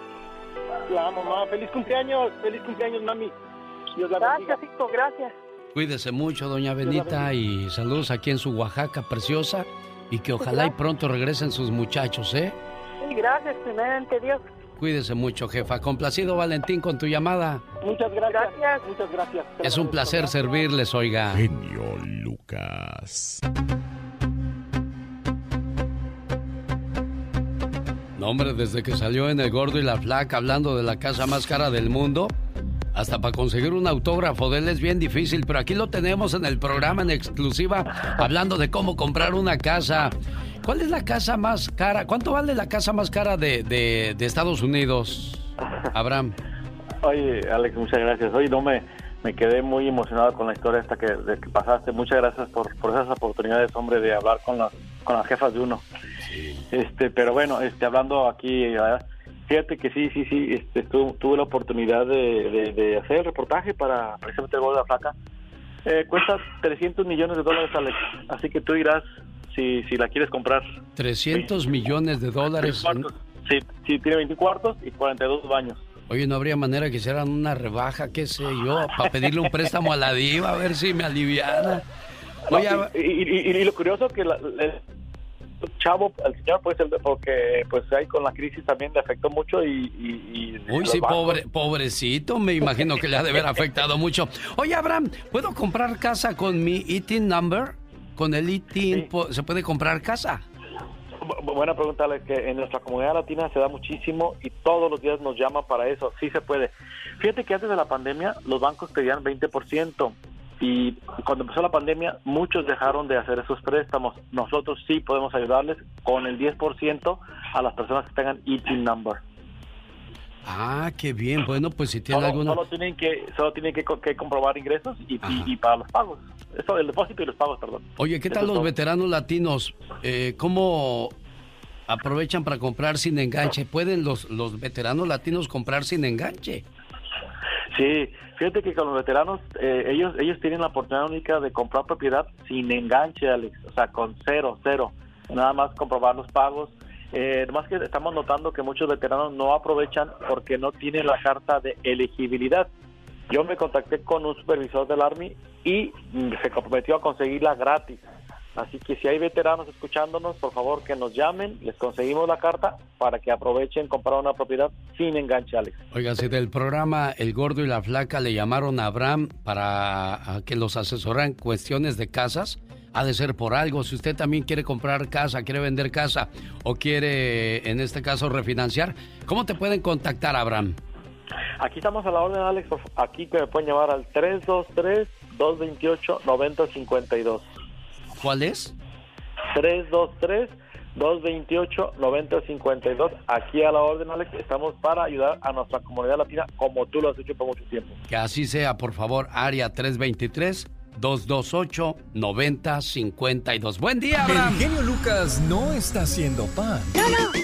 La amo, mamá. Feliz cumpleaños, mami. Dios la bendiga. Gracias, hijo, gracias. Cuídese mucho, doña Benita, y saludos aquí en su Oaxaca preciosa, y que ojalá y pronto regresen sus muchachos, ¿eh? Sí, gracias, primeramente Dios. Cuídese mucho, jefa. Complacido, Valentín, con tu llamada. Muchas gracias. Muchas gracias. Es un placer servirles, oiga. Genio Lucas. No, hombre, desde que salió en El Gordo y la Flaca hablando de la casa más cara del mundo, hasta para conseguir un autógrafo de él es bien difícil, pero aquí lo tenemos en el programa en exclusiva, hablando de cómo comprar una casa. ¿Cuál es la casa más cara? ¿Cuánto vale la casa más cara de Estados Unidos, Abraham? Oye, Alex, muchas gracias. Oye, no me quedé muy emocionado con la historia esta que pasaste. Muchas gracias por esas oportunidades, hombre, de hablar con las jefas de uno. Sí. Pero bueno, hablando aquí, fíjate que sí, tuve la oportunidad de hacer el reportaje para precisamente El Gordo de la Flaca. Cuesta $300 millones, Alex. Así que tú dirás si la quieres comprar. $300 millones. Sí, tiene 20 cuartos y 42 baños. Oye, ¿no habría manera que hicieran una rebaja, qué sé yo, para pedirle un préstamo a la diva, a ver si me aliviana? Oye, y lo curioso que el señor, pues, porque pues ahí con la crisis también le afectó mucho Uy, sí, pobrecito, me imagino que le ha de haber afectado mucho. Oye, Abraham, ¿puedo comprar casa con mi ITIN number? ¿Con el ITIN se puede comprar casa? Buena pregunta, Alex, que en nuestra comunidad latina se da muchísimo y todos los días nos llaman para eso. Sí se puede. Fíjate que antes de la pandemia los bancos pedían 20% y cuando empezó la pandemia muchos dejaron de hacer esos préstamos. Nosotros sí podemos ayudarles con el 10% a las personas que tengan ITIN number. Ah, qué bien. Bueno, pues si tienen alguna... Solo tienen que comprobar ingresos y para los pagos. Eso, el depósito y los pagos, perdón. Oye, ¿qué tal los veteranos latinos? ¿Cómo aprovechan para comprar sin enganche? ¿Pueden los veteranos latinos comprar sin enganche? Sí, fíjate que con los veteranos, ellos tienen la oportunidad única de comprar propiedad sin enganche, Alex. O sea, con cero. Nada más comprobar los pagos. Además que estamos notando que muchos veteranos no aprovechan porque no tienen la carta de elegibilidad. Yo me contacté con un supervisor del Army y se comprometió a conseguirla gratis. Así que si hay veteranos escuchándonos, por favor que nos llamen, les conseguimos la carta para que aprovechen comprar una propiedad sin enganche, Alex. Oiga, si del programa El Gordo y la Flaca le llamaron a Abraham para que los asesoran cuestiones de casas, ha de ser por algo. Si usted también quiere comprar casa, quiere vender casa o quiere, en este caso, refinanciar, ¿cómo te pueden contactar, Abraham? Aquí estamos a la orden, Alex. Aquí que me pueden llamar al 323-228-9052. ¿Cuál es? 323-228-9052. Aquí a la orden, Alex. Estamos para ayudar a nuestra comunidad latina como tú lo has hecho por mucho tiempo. Que así sea, por favor. Área 323-228-9052. Buen día, Abraham. El genio Lucas no está haciendo pan. No.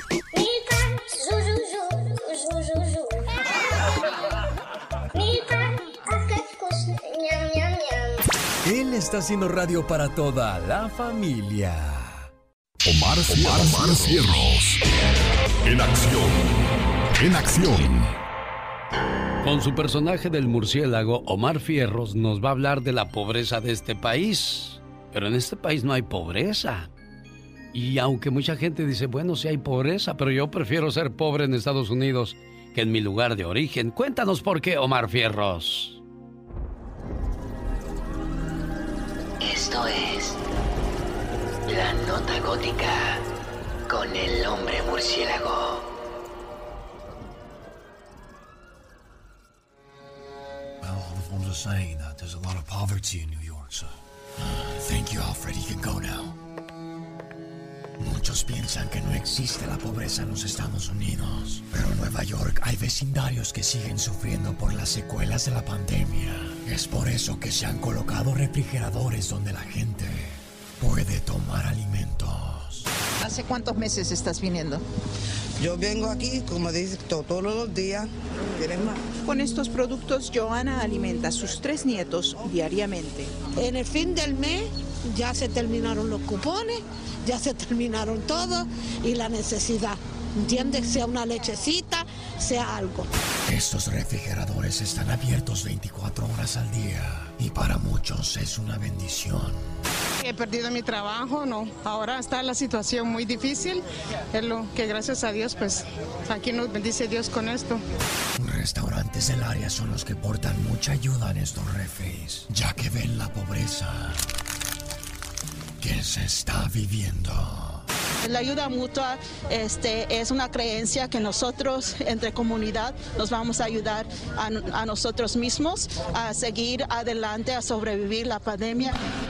Él está haciendo radio para toda la familia. Omar Fierros. En acción. Con su personaje del murciélago, Omar Fierros nos va a hablar de la pobreza de este país. Pero en este país no hay pobreza. Y aunque mucha gente dice, bueno, sí hay pobreza, pero yo prefiero ser pobre en Estados Unidos que en mi lugar de origen. Cuéntanos por qué, Omar Fierros. Esto es La Nota Gótica con el hombre murciélago. Well, all the phones are saying that there's a lot of poverty in New York, so thank you, Alfred. You can go now. Muchos piensan que no existe la pobreza en los Estados Unidos, pero en Nueva York hay vecindarios que siguen sufriendo por las secuelas de la pandemia. Es por eso que se han colocado refrigeradores donde la gente puede tomar alimentos. ¿Hace cuántos meses estás viniendo? Yo vengo aquí, como dice, todos los días. ¿Quieres más? Con estos productos, Joana alimenta a sus 3 nietos diariamente. En el fin del mes ya se terminaron los cupones, ya se terminaron todo y la necesidad. ¿Entiendes? Sea una lechecita, sea algo. Estos refrigeradores están abiertos 24 horas al día y para muchos es una bendición. He perdido mi trabajo, no. Ahora está la situación muy difícil. Es lo que gracias a Dios, pues aquí nos bendice Dios con esto. Restaurantes del área son los que portan mucha ayuda en estos refes, ya que ven la pobreza que se está viviendo. La ayuda mutua es una creencia que nosotros, entre comunidad, nos vamos a ayudar a nosotros mismos a seguir adelante, a sobrevivir la pandemia.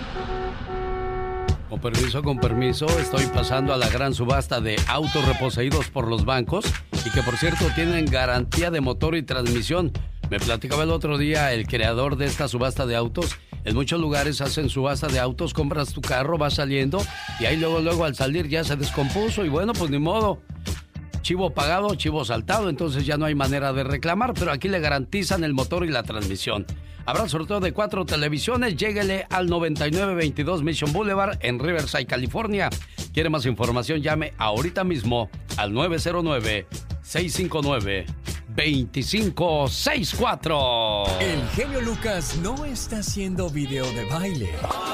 Con permiso, estoy pasando a la gran subasta de autos reposeídos por los bancos y que, por cierto, tienen garantía de motor y transmisión. Me platicaba el otro día el creador de esta subasta de autos. En muchos lugares hacen subasta de autos, compras tu carro, vas saliendo y ahí luego al salir ya se descompuso y bueno, pues ni modo. Chivo pagado, chivo saltado, entonces ya no hay manera de reclamar, pero aquí le garantizan el motor y la transmisión. Habrá sorteo de 4 televisiones, lléguele al 9922 Mission Boulevard en Riverside, California. ¿Quiere más información? Llame ahorita mismo al 909-659-2564. El genio Lucas no está haciendo video de baile.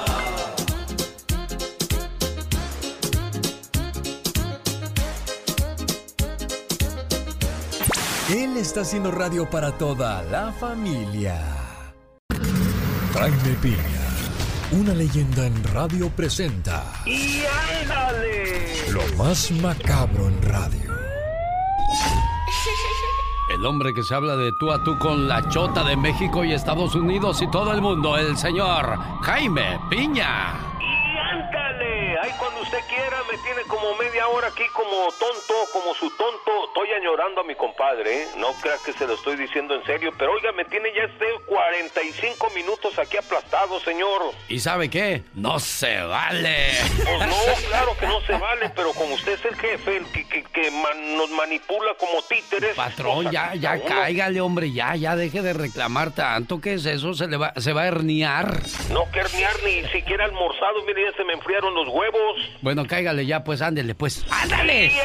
Él está haciendo radio para toda la familia. Jaime Piña, una leyenda en radio presenta. ¡Y ándale! Lo más macabro en radio. El hombre que se habla de tú a tú con la Chota de México y Estados Unidos y todo el mundo, el señor Jaime Piña. ¡Y ándale! Ay, cuando usted quiera, me tiene como media hora aquí como tonto, como su tonto. Estoy añorando a mi compadre, ¿eh? No crea que se lo estoy diciendo en serio, pero oiga, me tiene ya 45 minutos aquí aplastado, señor. ¿Y sabe qué? ¡No se vale! Pues no, claro que no se vale, pero como usted es el jefe, el que nos manipula como títeres... Patrón, pues, ya cáigale, hombre, ya deje de reclamar tanto. ¿Qué es eso? ¿Se va a herniar? No, que herniar, ni siquiera almorzado, mire, ya se me enfriaron los huevos. Bueno, cáigale ya, pues, ándele, pues. ¡Ándale! ¡Y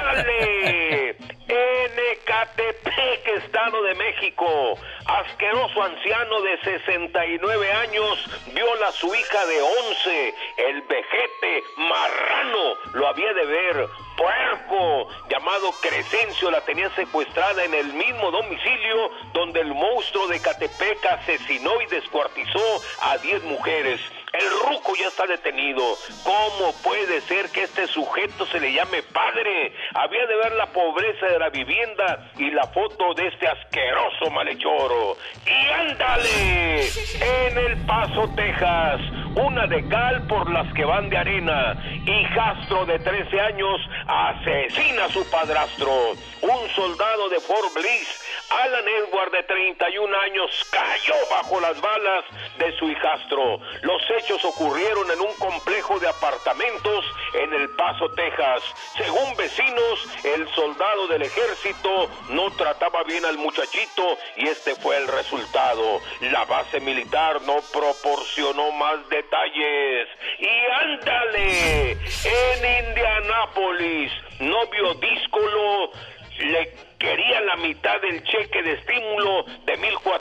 ándale! En Ecatepec, Estado de México, asqueroso anciano de 69 años viola a su hija de 11. El vejete marrano lo había de ver. Puerco llamado Crescencio la tenía secuestrada en el mismo domicilio donde el monstruo de Ecatepec asesinó y descuartizó a 10 mujeres. El ruco ya está detenido. ¿Cómo puede ser que este sujeto se le llame padre? Había de ver la pobreza de la vivienda y la foto de este asqueroso malhechoro. ¡Y ándale! En El Paso, Texas, una de cal por las que van de arena. Hijastro de 13 años asesina a su padrastro. Un soldado de Fort Bliss, Alan Edward, de 31 años, cayó bajo las balas de su hijastro. Los hechos ocurrieron en un complejo de apartamentos en El Paso, Texas. Según vecinos, el soldado del ejército no trataba bien al muchachito y este fue el resultado. La base militar no proporcionó más detalles. ¡Y ándale! En Indianápolis, novio díscolo le quería la mitad del cheque de estímulo de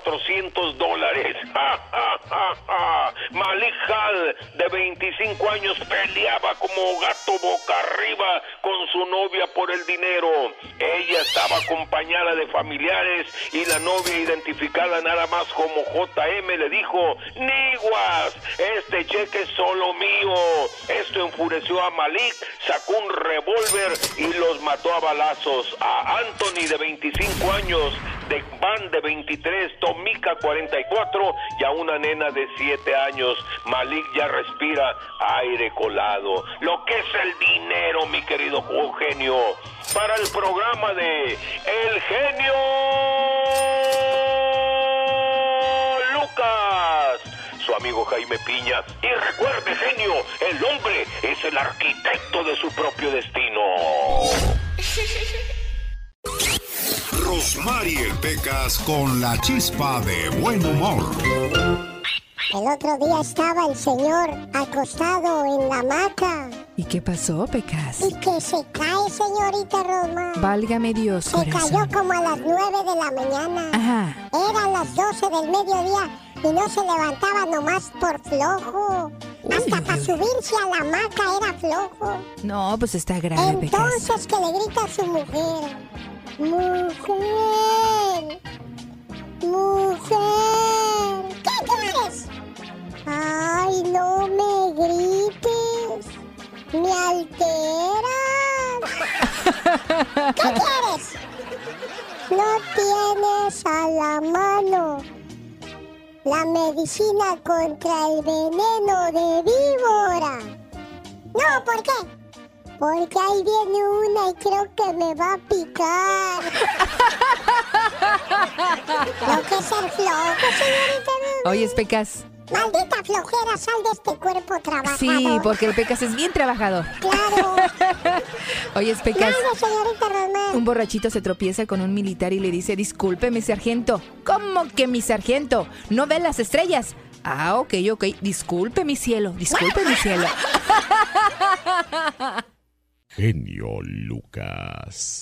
$1,400. Malik Hall, de 25 años, peleaba como gato boca arriba con su novia por el dinero. Ella estaba acompañada de familiares y la novia, identificada nada más como JM, le dijo: "Niguas, este cheque es solo mío". Esto enfureció a Malik, sacó un revólver y los mató a balazos. A Anthony, de 25 años, de Van, de 23, Tomica, 44, y a una nena de 7 años. Malik ya respira aire colado. Lo que es el dinero, mi querido Eugenio. Para el programa de El Genio Lucas, su amigo Jaime Piña. Y recuerde, genio, el hombre es el arquitecto de su propio destino. Rosmarie Pecas con la chispa de buen humor. El otro día estaba el señor acostado en la hamaca ¿Y qué pasó, Pecas? Y que se cae, señorita Rosmar. Válgame Dios, Se corazón. cayó como a las 9 de la mañana. Ajá. Eran las 12 del mediodía y no se levantaba nomás por flojo. Hasta para subirse a la hamaca era flojo. No, pues está grave, Pecas. Entonces que le grita a su mujer: ¡Mujer! ¡Mujer! ¿Qué quieres? ¡Ay, no me grites! ¡Me alteras! ¿Qué quieres? No tienes a la mano la medicina contra el veneno de víbora. No, ¿por qué? Porque ahí viene una y creo que me va a picar. Lo que es ser flojo, señorita. Oye, Pecas. Maldita flojera, sal de este cuerpo trabajador. Sí, porque el Pecas es bien trabajador. Claro. Oye, Pecas. Nada, señorita Román. Un borrachito se tropieza con un militar y le dice: disculpe, mi sargento. ¿Cómo que mi sargento? ¿No ve las estrellas? Ah, ok. Disculpe, mi cielo. Disculpe, mi cielo. Genio Lucas.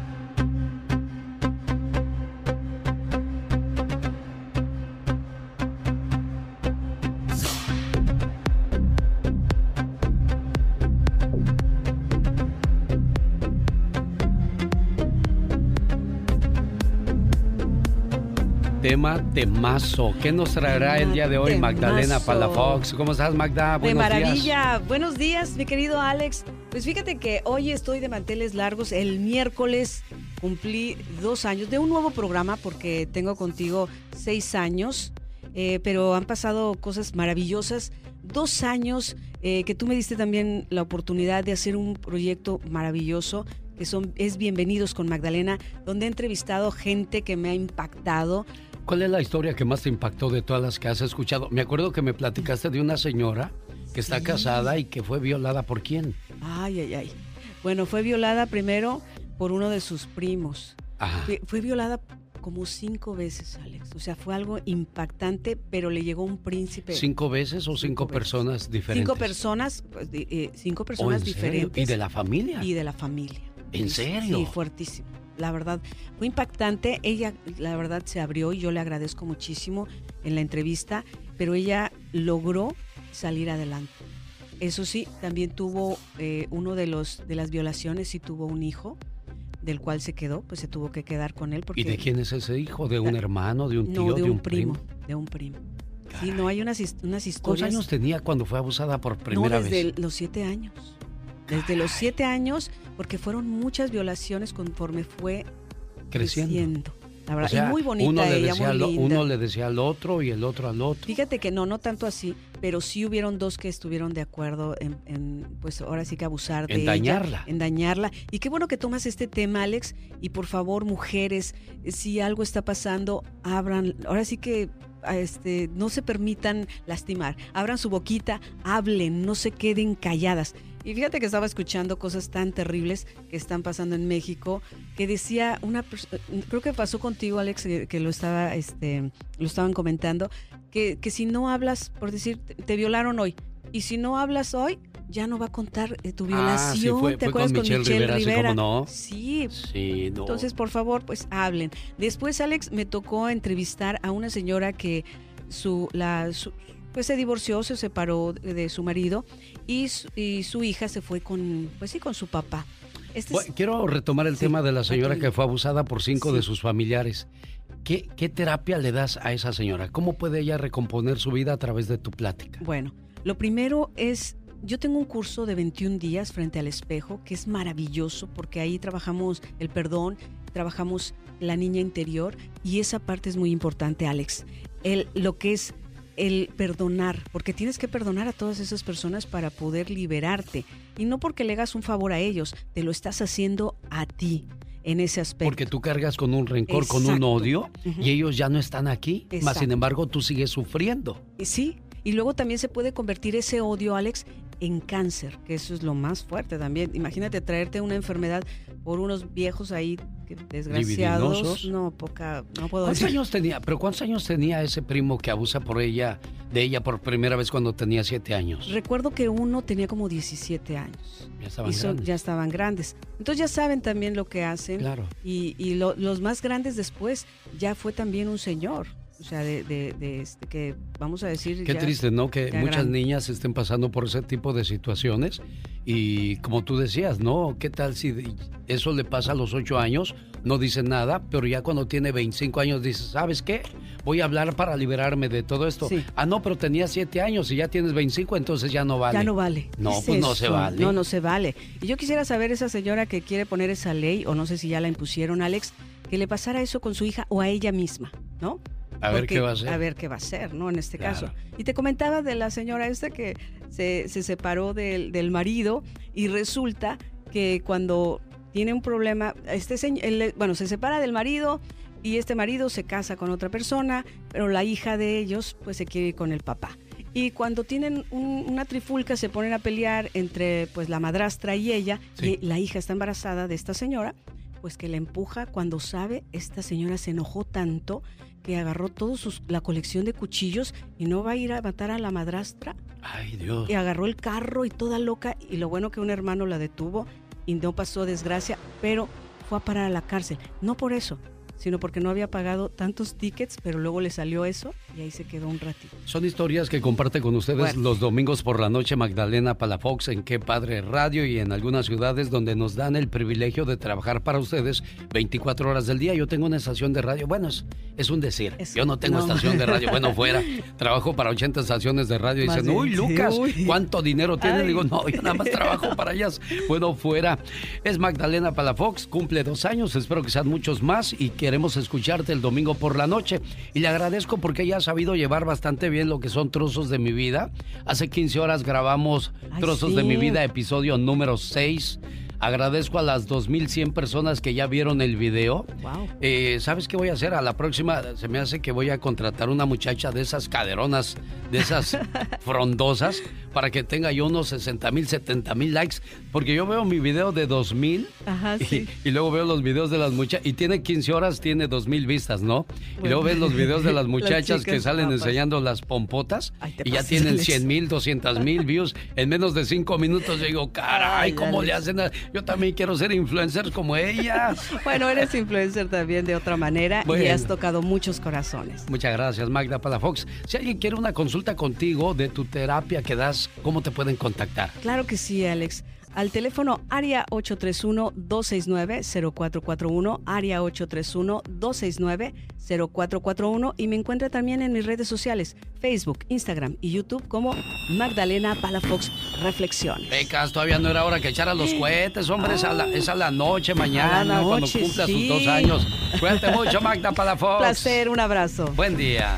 Temazo. ¿Qué nos traerá el día de hoy Magdalena Palafox? ¿Cómo estás, Magda? De Buenos maravilla. días. Buenos días, mi querido Alex. Pues fíjate que hoy estoy de manteles largos. El miércoles cumplí 2 años de un nuevo programa porque tengo contigo 6 años, pero han pasado cosas maravillosas. 2 años que tú me diste también la oportunidad de hacer un proyecto maravilloso que es Bienvenidos con Magdalena, donde he entrevistado gente que me ha impactado. ¿Cuál es la historia que más te impactó de todas las que has escuchado? Me acuerdo que me platicaste de una señora que está casada y que fue violada. ¿Por quién? Ay. Bueno, fue violada primero por uno de sus primos. Ajá. Fue violada como 5 veces, Alex. O sea, fue algo impactante, pero le llegó un príncipe. ¿5 veces o 5 personas diferentes? 5 personas, pues, 5 personas diferentes. ¿Y de la familia? Y de la familia. ¿En serio? Sí, fuertísimo. La verdad, fue impactante. Ella, la verdad, se abrió y yo le agradezco muchísimo en la entrevista, pero ella logró salir adelante. Eso sí, también tuvo uno de las violaciones y tuvo un hijo del cual se quedó, pues se tuvo que quedar con él. Porque, ¿y de quién es ese hijo? ¿De un hermano, de un tío, no, de un primo? De un primo. Caray. Sí, no, hay unas historias. ¿Cuántos años tenía cuando fue abusada por primera vez? Desde los 7 años. Desde los 7 años, porque fueron muchas violaciones conforme fue creciendo. La verdad, o sea, y muy bonita ella, muy linda. Uno le decía al otro y el otro al otro. Fíjate que no tanto así, pero sí hubieron 2 que estuvieron de acuerdo en pues ahora sí que abusar de ella. En dañarla. Y qué bueno que tomas este tema, Alex, y por favor, mujeres, si algo está pasando, abran, ahora sí que no se permitan lastimar, abran su boquita, hablen, no se queden calladas. Y fíjate que estaba escuchando cosas tan terribles que están pasando en México, que decía creo que pasó contigo, Alex, que lo estaban comentando, que si no hablas, por decir, te violaron hoy, y si no hablas hoy, ya no va a contar tu violación. Sí, ¿Te acuerdas con Michelle Rivera? ¿No? Sí. Sí, no. Entonces, por favor, pues hablen. Después, Alex, me tocó entrevistar a una señora que pues se divorció, se separó de su marido y su hija se fue con su papá. Quiero retomar el tema de la señora que fue abusada por 5 de sus familiares. ¿Qué terapia le das a esa señora? ¿Cómo puede ella recomponer su vida a través de tu plática? Bueno, lo primero es, yo tengo un curso de 21 días frente al espejo que es maravilloso porque ahí trabajamos el perdón, trabajamos la niña interior y esa parte es muy importante, Alex. Lo que es el perdonar, porque tienes que perdonar a todas esas personas para poder liberarte. Y no porque le hagas un favor a ellos, te lo estás haciendo a ti en ese aspecto. Porque tú cargas con un rencor, exacto, con un odio, y ellos ya no están aquí, más sin embargo tú sigues sufriendo. Sí, y luego también se puede convertir ese odio, Alex, en cáncer, que eso es lo más fuerte también. Imagínate traerte una enfermedad por unos viejos ahí desgraciados. No puedo ¿Cuántos decir. años tenía? ¿Pero cuántos años tenía ese primo que abusa por ella de ella por primera vez cuando tenía 7 años? Recuerdo que uno tenía como 17 años. Ya estaban grandes. Entonces ya saben también lo que hacen. Claro. Y los más grandes después ya fue también un señor. O sea, que vamos a decir... Qué triste, ¿no? Que muchas niñas estén pasando por ese tipo de situaciones. Y como tú decías, ¿no? ¿Qué tal si eso le pasa a los 8 años? No dice nada, pero ya cuando tiene 25 años dice, ¿sabes qué? Voy a hablar para liberarme de todo esto. Sí. Ah, no, pero tenía 7 años y ya tienes 25, entonces ya no vale. Ya no vale. No, pues no se vale. No se vale. Y yo quisiera saber, esa señora que quiere poner esa ley, o no sé si ya la impusieron, Alex, que le pasara eso con su hija o a ella misma, ¿no? A ver qué va a hacer. A ver qué va a hacer, ¿no? En este Claro. caso. Y te comentaba de la señora que se separó del marido y resulta que cuando tiene un problema, se separa del marido y este marido se casa con otra persona, pero la hija de ellos pues se quiere ir con el papá. Y cuando tienen una trifulca se ponen a pelear entre pues la madrastra y ella, Sí. y la hija está embarazada de esta señora, pues que la empuja. Cuando sabe, esta señora se enojó tanto que agarró la colección de cuchillos y no va a ir a matar a la madrastra. Ay, Dios. Y agarró el carro y toda loca, y lo bueno que un hermano la detuvo y no pasó desgracia, pero fue a parar a la cárcel. No por eso, sino porque no había pagado tantos tickets, pero luego le salió eso y ahí se quedó un ratito. Son historias que comparte con ustedes los domingos por la noche Magdalena Palafox en Qué Padre Radio y en algunas ciudades donde nos dan el privilegio de trabajar para ustedes 24 horas del día. Yo tengo una estación de radio, bueno, es un decir. Yo no tengo estación de radio, bueno, fuera. Trabajo para 80 estaciones de radio y Más dicen, bien, uy, sí, Lucas, uy. ¿cuánto dinero tienes? Ay. Digo, no, yo nada más trabajo para ellas. Bueno, fuera. Es Magdalena Palafox, cumple 2 años, espero que sean muchos más y queremos escucharte el domingo por la noche. Y le agradezco porque ella ha sabido llevar bastante bien lo que son Trozos de mi vida. Hace 15 horas grabamos Trozos de mi vida, episodio número 6. Agradezco a las 2,100 personas que ya vieron el video. Wow. ¿Sabes qué voy a hacer? A la próxima se me hace que voy a contratar una muchacha de esas caderonas, de esas frondosas, para que tenga yo unos 60,000, 70,000 likes. Porque yo veo mi video de 2,000 y luego veo los videos de las muchachas. Y tiene 15 horas, tiene 2,000 vistas, ¿no? Y luego ves los videos de las muchachas que salen guapas. enseñando las pompotas y ya pasas, tienen Alex. 100,000, 200,000 views en menos de 5 minutos. Yo digo, caray, ¿cómo le hacen? Yo también quiero ser influencer como ella. Bueno, eres influencer también de otra manera y Bueno. has tocado muchos corazones. Muchas gracias, Magda Palafox. Si alguien quiere una consulta contigo de tu terapia que das, ¿cómo te pueden contactar? Claro que sí, Alex. Al teléfono área 831-269-0441, área 831-269-0441, y me encuentra también en mis redes sociales, Facebook, Instagram y YouTube como Magdalena Palafox Reflexiones. Becas, todavía no era hora que echara los cohetes, hombre, es a la noche, mañana, cuando noche, cumpla sus sí. 2 años. Cuídate mucho, Magda Palafox. Placer, un abrazo. Buen día.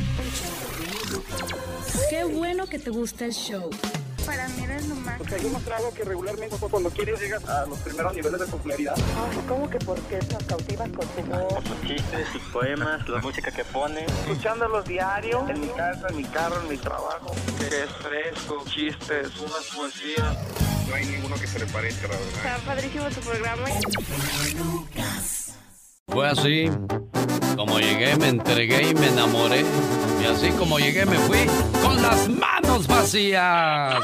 Qué bueno que te gusta el show. Para mí eres lo más. Porque yo mostrado que regularmente cuando quieres llegas a los primeros niveles de popularidad. Ay, ¿cómo que por qué nos cautivas con tu voz? Sus chistes, sus poemas, la música que pone. Escuchándolos diario. En mi casa, en mi carro, en mi trabajo. Que es fresco, chistes, unas poesías. No hay ninguno que se le parezca, la verdad. Está padrísimo tu programa. Fue así, como llegué, me entregué y me enamoré. Y así como llegué, me fui con las manos vacías.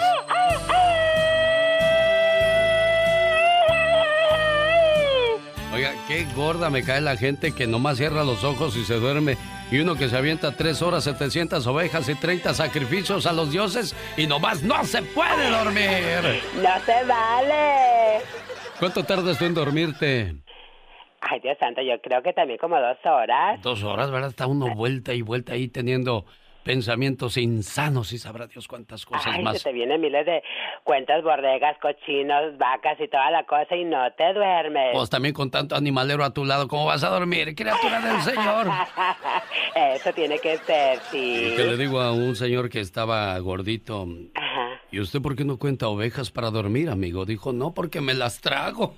Oiga, qué gorda me cae la gente que nomás cierra los ojos y se duerme. Y uno que se avienta 3 horas, 700 ovejas y 30 sacrificios a los dioses y nomás no se puede dormir. No se vale. ¿Cuánto tardas tú en dormirte? Ay, Dios santo, yo creo que también como 2 horas. 2 horas, ¿verdad? Está uno vuelta y vuelta ahí teniendo pensamientos insanos y sabrá Dios cuántas cosas Ay, más. se te vienen miles de cuentas, borregas, cochinos, vacas y toda la cosa y no te duermes. Pues también con tanto animalero a tu lado, ¿cómo vas a dormir, criatura del Señor? Eso tiene que ser, sí. Y que le digo a un señor que estaba gordito, Ajá. ¿y usted por qué no cuenta ovejas para dormir, amigo? Dijo, no, porque me las trago.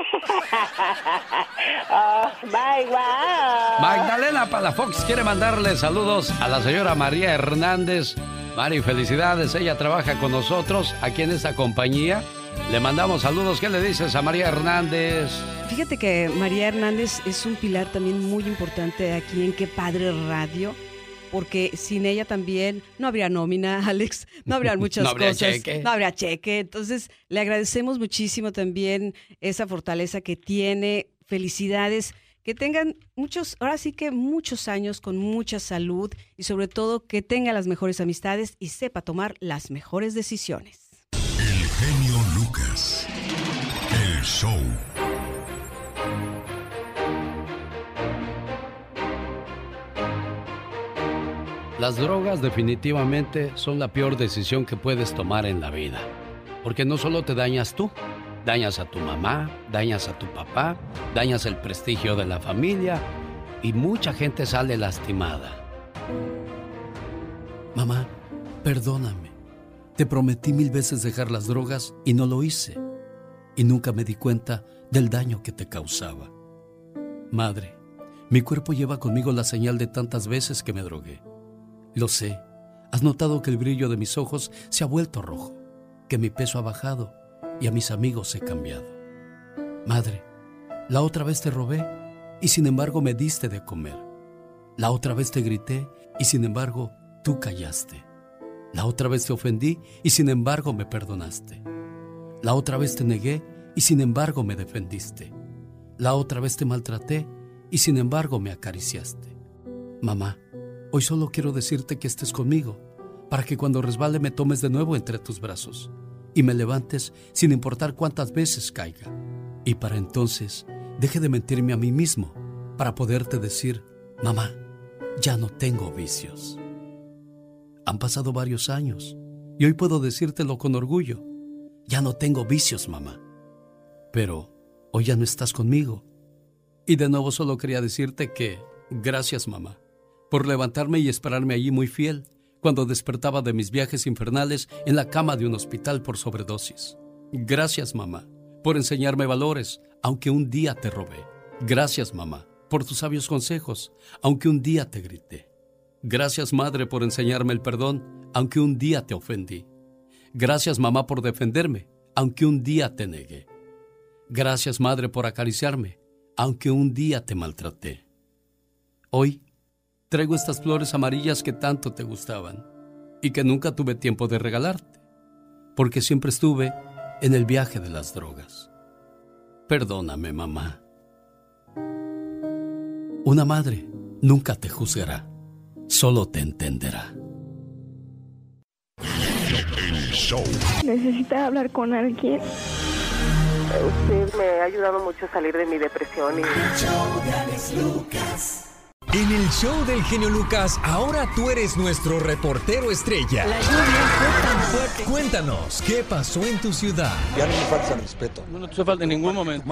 Oh, my wow. Magdalena Palafox quiere mandarle saludos a la señora María Hernández. Mari, felicidades, ella trabaja con nosotros aquí en esta compañía. Le mandamos saludos. ¿Qué le dices a María Hernández? Fíjate que María Hernández es un pilar también muy importante aquí en Qué Padre Radio. porque sin ella también no habría nómina, Alex, no habría muchas no habría cosas, cheque. no habría cheque. Entonces, le agradecemos muchísimo también esa fortaleza que tiene. Felicidades, que tengan ahora sí que muchos años con mucha salud y sobre todo que tenga las mejores amistades y sepa tomar las mejores decisiones. El genio Lucas, el show. Las drogas definitivamente son la peor decisión que puedes tomar en la vida, porque no solo te dañas tú, dañas a tu mamá, dañas a tu papá, dañas el prestigio de la familia y mucha gente sale lastimada. Mamá, perdóname. Te prometí 1000 veces dejar las drogas y no lo hice. Y nunca me di cuenta del daño que te causaba. Madre, mi cuerpo lleva conmigo la señal de tantas veces que me drogué. Lo sé. Has notado que el brillo de mis ojos se ha vuelto rojo, que mi peso ha bajado y a mis amigos he cambiado. Madre, la otra vez te robé y sin embargo me diste de comer. La otra vez te grité y sin embargo tú callaste. La otra vez te ofendí y sin embargo me perdonaste. La otra vez te negué y sin embargo me defendiste. La otra vez te maltraté y sin embargo me acariciaste. Mamá, hoy solo quiero decirte que estés conmigo, para que cuando resbale me tomes de nuevo entre tus brazos y me levantes sin importar cuántas veces caiga. Y para entonces deje de mentirme a mí mismo para poderte decir, mamá, ya no tengo vicios. Han pasado varios años y hoy puedo decírtelo con orgullo. Ya no tengo vicios, mamá. Pero hoy ya no estás conmigo. Y de nuevo solo quería decirte que gracias, mamá, por levantarme y esperarme allí muy fiel cuando despertaba de mis viajes infernales en la cama de un hospital por sobredosis. Gracias, mamá, por enseñarme valores, aunque un día te robé. Gracias, mamá, por tus sabios consejos, aunque un día te grité. Gracias, madre, por enseñarme el perdón, aunque un día te ofendí. Gracias, mamá, por defenderme, aunque un día te negué. Gracias, madre, por acariciarme, aunque un día te maltraté. Hoy traigo estas flores amarillas que tanto te gustaban y que nunca tuve tiempo de regalarte, porque siempre estuve en el viaje de las drogas. Perdóname, mamá. Una madre nunca te juzgará, solo te entenderá. El show. ¿Necesita hablar con alguien? Usted me ha ayudado mucho a salir de mi depresión. En el show del genio Lucas, ahora tú eres nuestro reportero estrella. La lluvia fue tan fuerte. Cuéntanos, ¿qué pasó en tu ciudad? Ya no me falta el respeto. No te falta en ningún momento.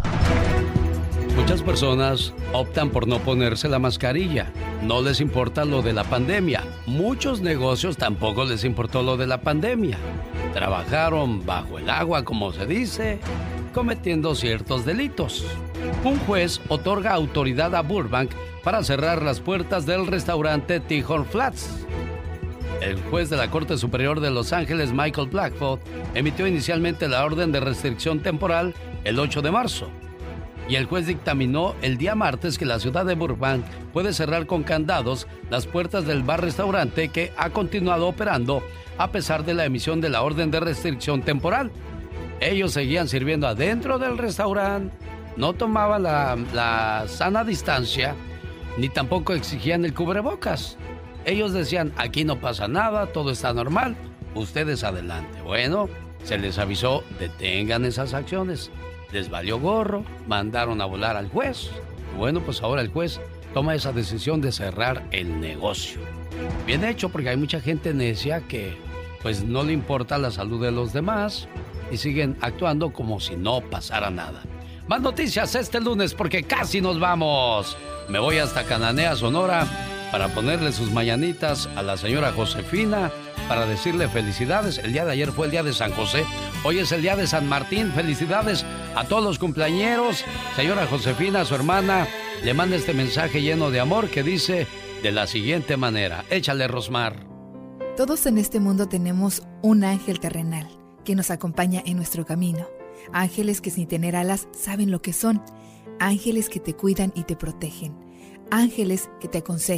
Muchas personas optan por no ponerse la mascarilla. No les importa lo de la pandemia. Muchos negocios tampoco les importó lo de la pandemia. Trabajaron bajo el agua, como se dice, cometiendo ciertos delitos. Un juez otorga autoridad a Burbank para cerrar las puertas del restaurante Tejon Flats. El juez de la Corte Superior de Los Ángeles, Michael Blackford, emitió inicialmente la orden de restricción temporal el 8 de marzo. Y el juez dictaminó el día martes que la ciudad de Burbank puede cerrar con candados las puertas del bar-restaurante que ha continuado operando a pesar de la emisión de la orden de restricción temporal. Ellos seguían sirviendo adentro del restaurante, no tomaban la sana distancia, ni tampoco exigían el cubrebocas. Ellos decían, aquí no pasa nada, todo está normal, ustedes adelante. Bueno, se les avisó, detengan esas acciones. Les valió gorro, mandaron a volar al juez. Bueno, pues ahora el juez toma esa decisión de cerrar el negocio. Bien hecho, porque hay mucha gente necia que pues no le importa la salud de los demás y siguen actuando como si no pasara nada. Más noticias este lunes porque casi nos vamos. Me voy hasta Cananea, Sonora, para ponerle sus mañanitas a la señora Josefina, para decirle felicidades. El día de ayer fue el día de San José, hoy es el día de San Martín. Felicidades a todos los cumpleañeros. Señora Josefina, su hermana, le manda este mensaje lleno de amor que dice de la siguiente manera. Échale, Rosmar. Todos en este mundo tenemos un ángel terrenal que nos acompaña en nuestro camino. Ángeles que sin tener alas saben lo que son. Ángeles que te cuidan y te protegen. Ángeles que te aconsejan,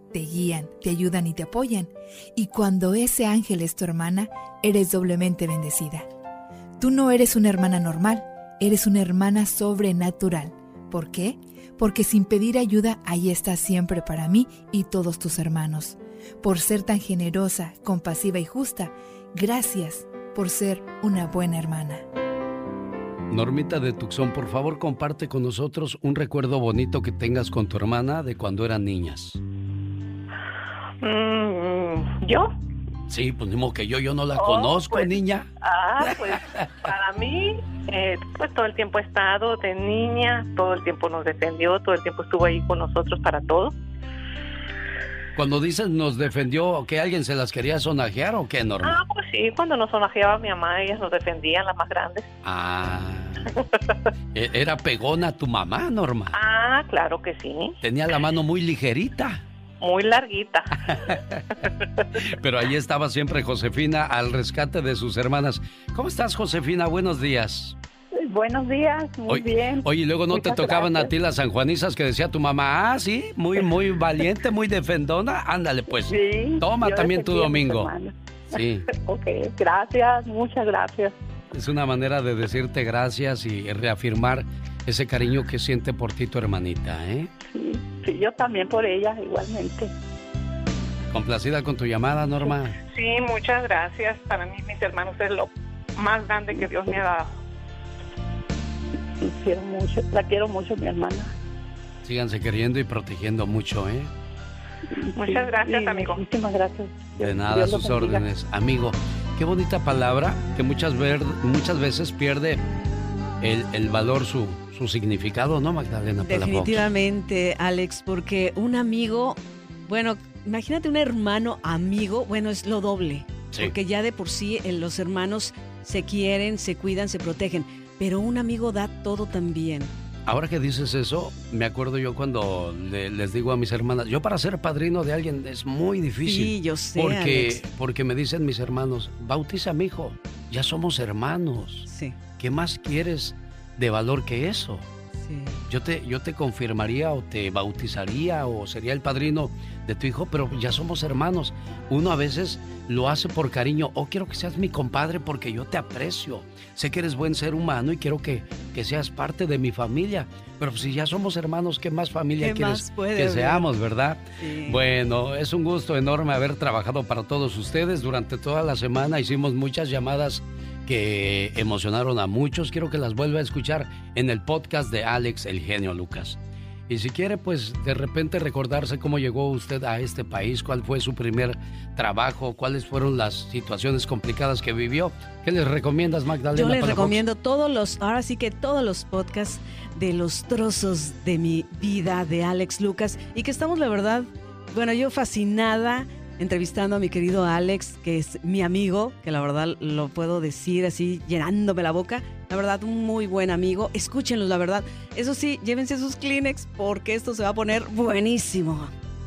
te guían, te ayudan y te apoyan. Y cuando ese ángel es tu hermana, eres doblemente bendecida. Tú no eres una hermana normal, eres una hermana sobrenatural. ¿Por qué? Porque sin pedir ayuda, ahí estás siempre para mí y todos tus hermanos. Por ser tan generosa, compasiva y justa, gracias por ser una buena hermana. Normita de Tucson, por favor, comparte con nosotros un recuerdo bonito que tengas con tu hermana de cuando eran niñas. ¿Yo? Sí, pues mismo que yo no la conozco, pues, niña. Pues para mí, pues todo el tiempo ha estado de niña, todo el tiempo nos defendió, todo el tiempo estuvo ahí con nosotros para todo. Cuando dices nos defendió, ¿que alguien se las quería sonajear o qué, Norma? Pues sí, cuando nos sonajeaba mi mamá, ellas nos defendían, las más grandes. ¿Era pegona tu mamá, Norma? Claro que sí. Tenía la mano muy ligerita. Muy larguita. Pero ahí estaba siempre Josefina al rescate de sus hermanas. ¿Cómo estás, Josefina? Buenos días. Buenos días, muy bien. Oye, luego no te tocaban a ti las sanjuanizas que decía tu mamá, sí, muy valiente, muy defendona. Ándale, pues. Sí, toma también tu domingo. Sí. Ok, gracias, muchas gracias. Es una manera de decirte gracias y reafirmar ese cariño que siente por ti tu hermanita, ¿eh? Sí, yo también por ella, igualmente. ¿Complacida con tu llamada, Norma? Sí, muchas gracias. Para mí, mis hermanos es lo más grande que Dios me ha dado. La quiero mucho, mi hermana. Síganse queriendo y protegiendo mucho, ¿eh? Muchas gracias, amigo. Muchísimas gracias. De nada, a sus órdenes. Amigo, qué bonita palabra que muchas veces pierde el valor, su significado, ¿no, Magdalena Palafox? Definitivamente, Alex, porque un amigo, bueno, imagínate un hermano amigo, bueno, es lo doble. Sí. Porque ya de por sí los hermanos se quieren, se cuidan, se protegen, pero un amigo da todo también. Ahora que dices eso, me acuerdo yo cuando les digo a mis hermanas, yo para ser padrino de alguien es muy difícil. Sí, yo sé, Alex. Porque me dicen mis hermanos, bautiza a mi hijo, ya somos hermanos. Sí. ¿Qué más quieres de valor que eso? Sí. Yo te confirmaría o te bautizaría o sería el padrino de tu hijo, pero ya somos hermanos. Uno a veces lo hace por cariño. Quiero que seas mi compadre porque yo te aprecio. Sé que eres buen ser humano y quiero que seas parte de mi familia. Pero si ya somos hermanos, ¿qué más familia quieres que seamos, verdad? Sí. Bueno, es un gusto enorme haber trabajado para todos ustedes. Durante toda la semana hicimos muchas llamadas que emocionaron a muchos. Quiero que las vuelva a escuchar en el podcast de Alex, el genio Lucas. Y si quiere, pues, de repente recordarse cómo llegó usted a este país, cuál fue su primer trabajo, cuáles fueron las situaciones complicadas que vivió. ¿Qué les recomiendas, Magdalena? Yo les recomiendo ahora sí que todos los podcasts de los trozos de mi vida de Alex Lucas, y que estamos, la verdad, bueno, yo fascinada entrevistando a mi querido Alex, que es mi amigo, que la verdad lo puedo decir así, llenándome la boca. La verdad, un muy buen amigo. Escúchenlo, la verdad. Eso sí, llévense sus Kleenex porque esto se va a poner buenísimo.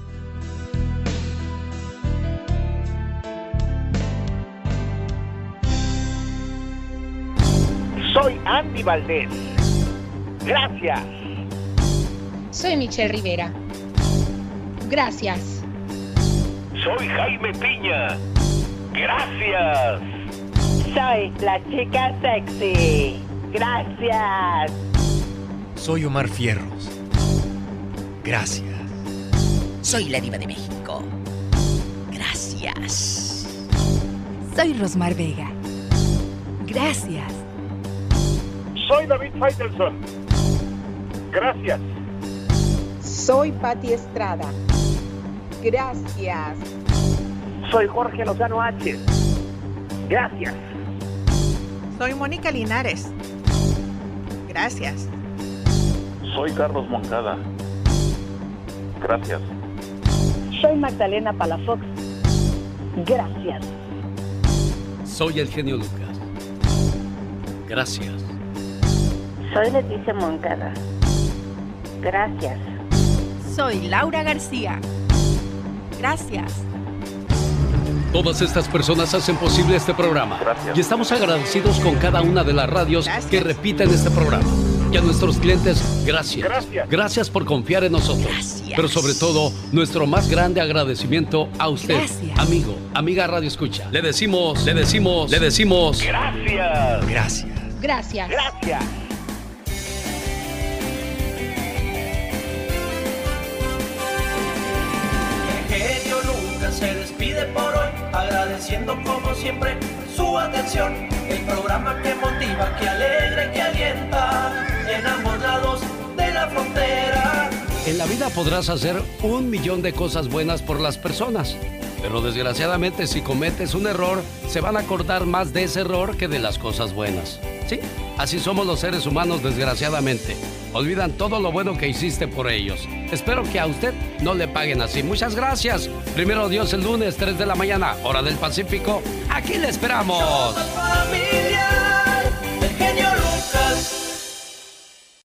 Soy Andy Valdés. Gracias. Soy Michelle Rivera. Gracias. Soy Jaime Piña. Gracias. Soy la chica sexy. Gracias. Soy Omar Fierros. Gracias. Soy la Diva de México. Gracias. Soy Rosmar Vega. Gracias. Soy David Faitelson. Gracias. Soy Pati Estrada. Gracias. Soy Jorge Lozano H. Gracias. Soy Mónica Linares. Gracias. Soy Carlos Moncada. Gracias. Soy Magdalena Palafox. Gracias. Soy el genio Lucas. Gracias. Soy Leticia Moncada. Gracias. Soy Laura García. Gracias. Todas estas personas hacen posible este programa. Gracias. Y estamos agradecidos con cada una de las radios que repiten este programa. Y a nuestros clientes, gracias. Gracias por confiar en nosotros. Gracias. Pero sobre todo, nuestro más grande agradecimiento a usted, amigo, amiga Radio Escucha. Le decimos. Gracias. Gracias. Gracias. El genio Lucas se despide por hoy, agradeciendo como siempre su atención. El programa que motiva, que alegra y que alienta en ambos lados de la frontera. En la vida podrás hacer 1,000,000 de cosas buenas por las personas, pero desgraciadamente si cometes un error, se van a acordar más de ese error que de las cosas buenas. Sí, así somos los seres humanos, desgraciadamente. Olvidan todo lo bueno que hiciste por ellos. Espero que a usted no le paguen así. Muchas gracias. Primero Dios, el lunes, 3 de la mañana, hora del Pacífico. Aquí le esperamos. Somos familia.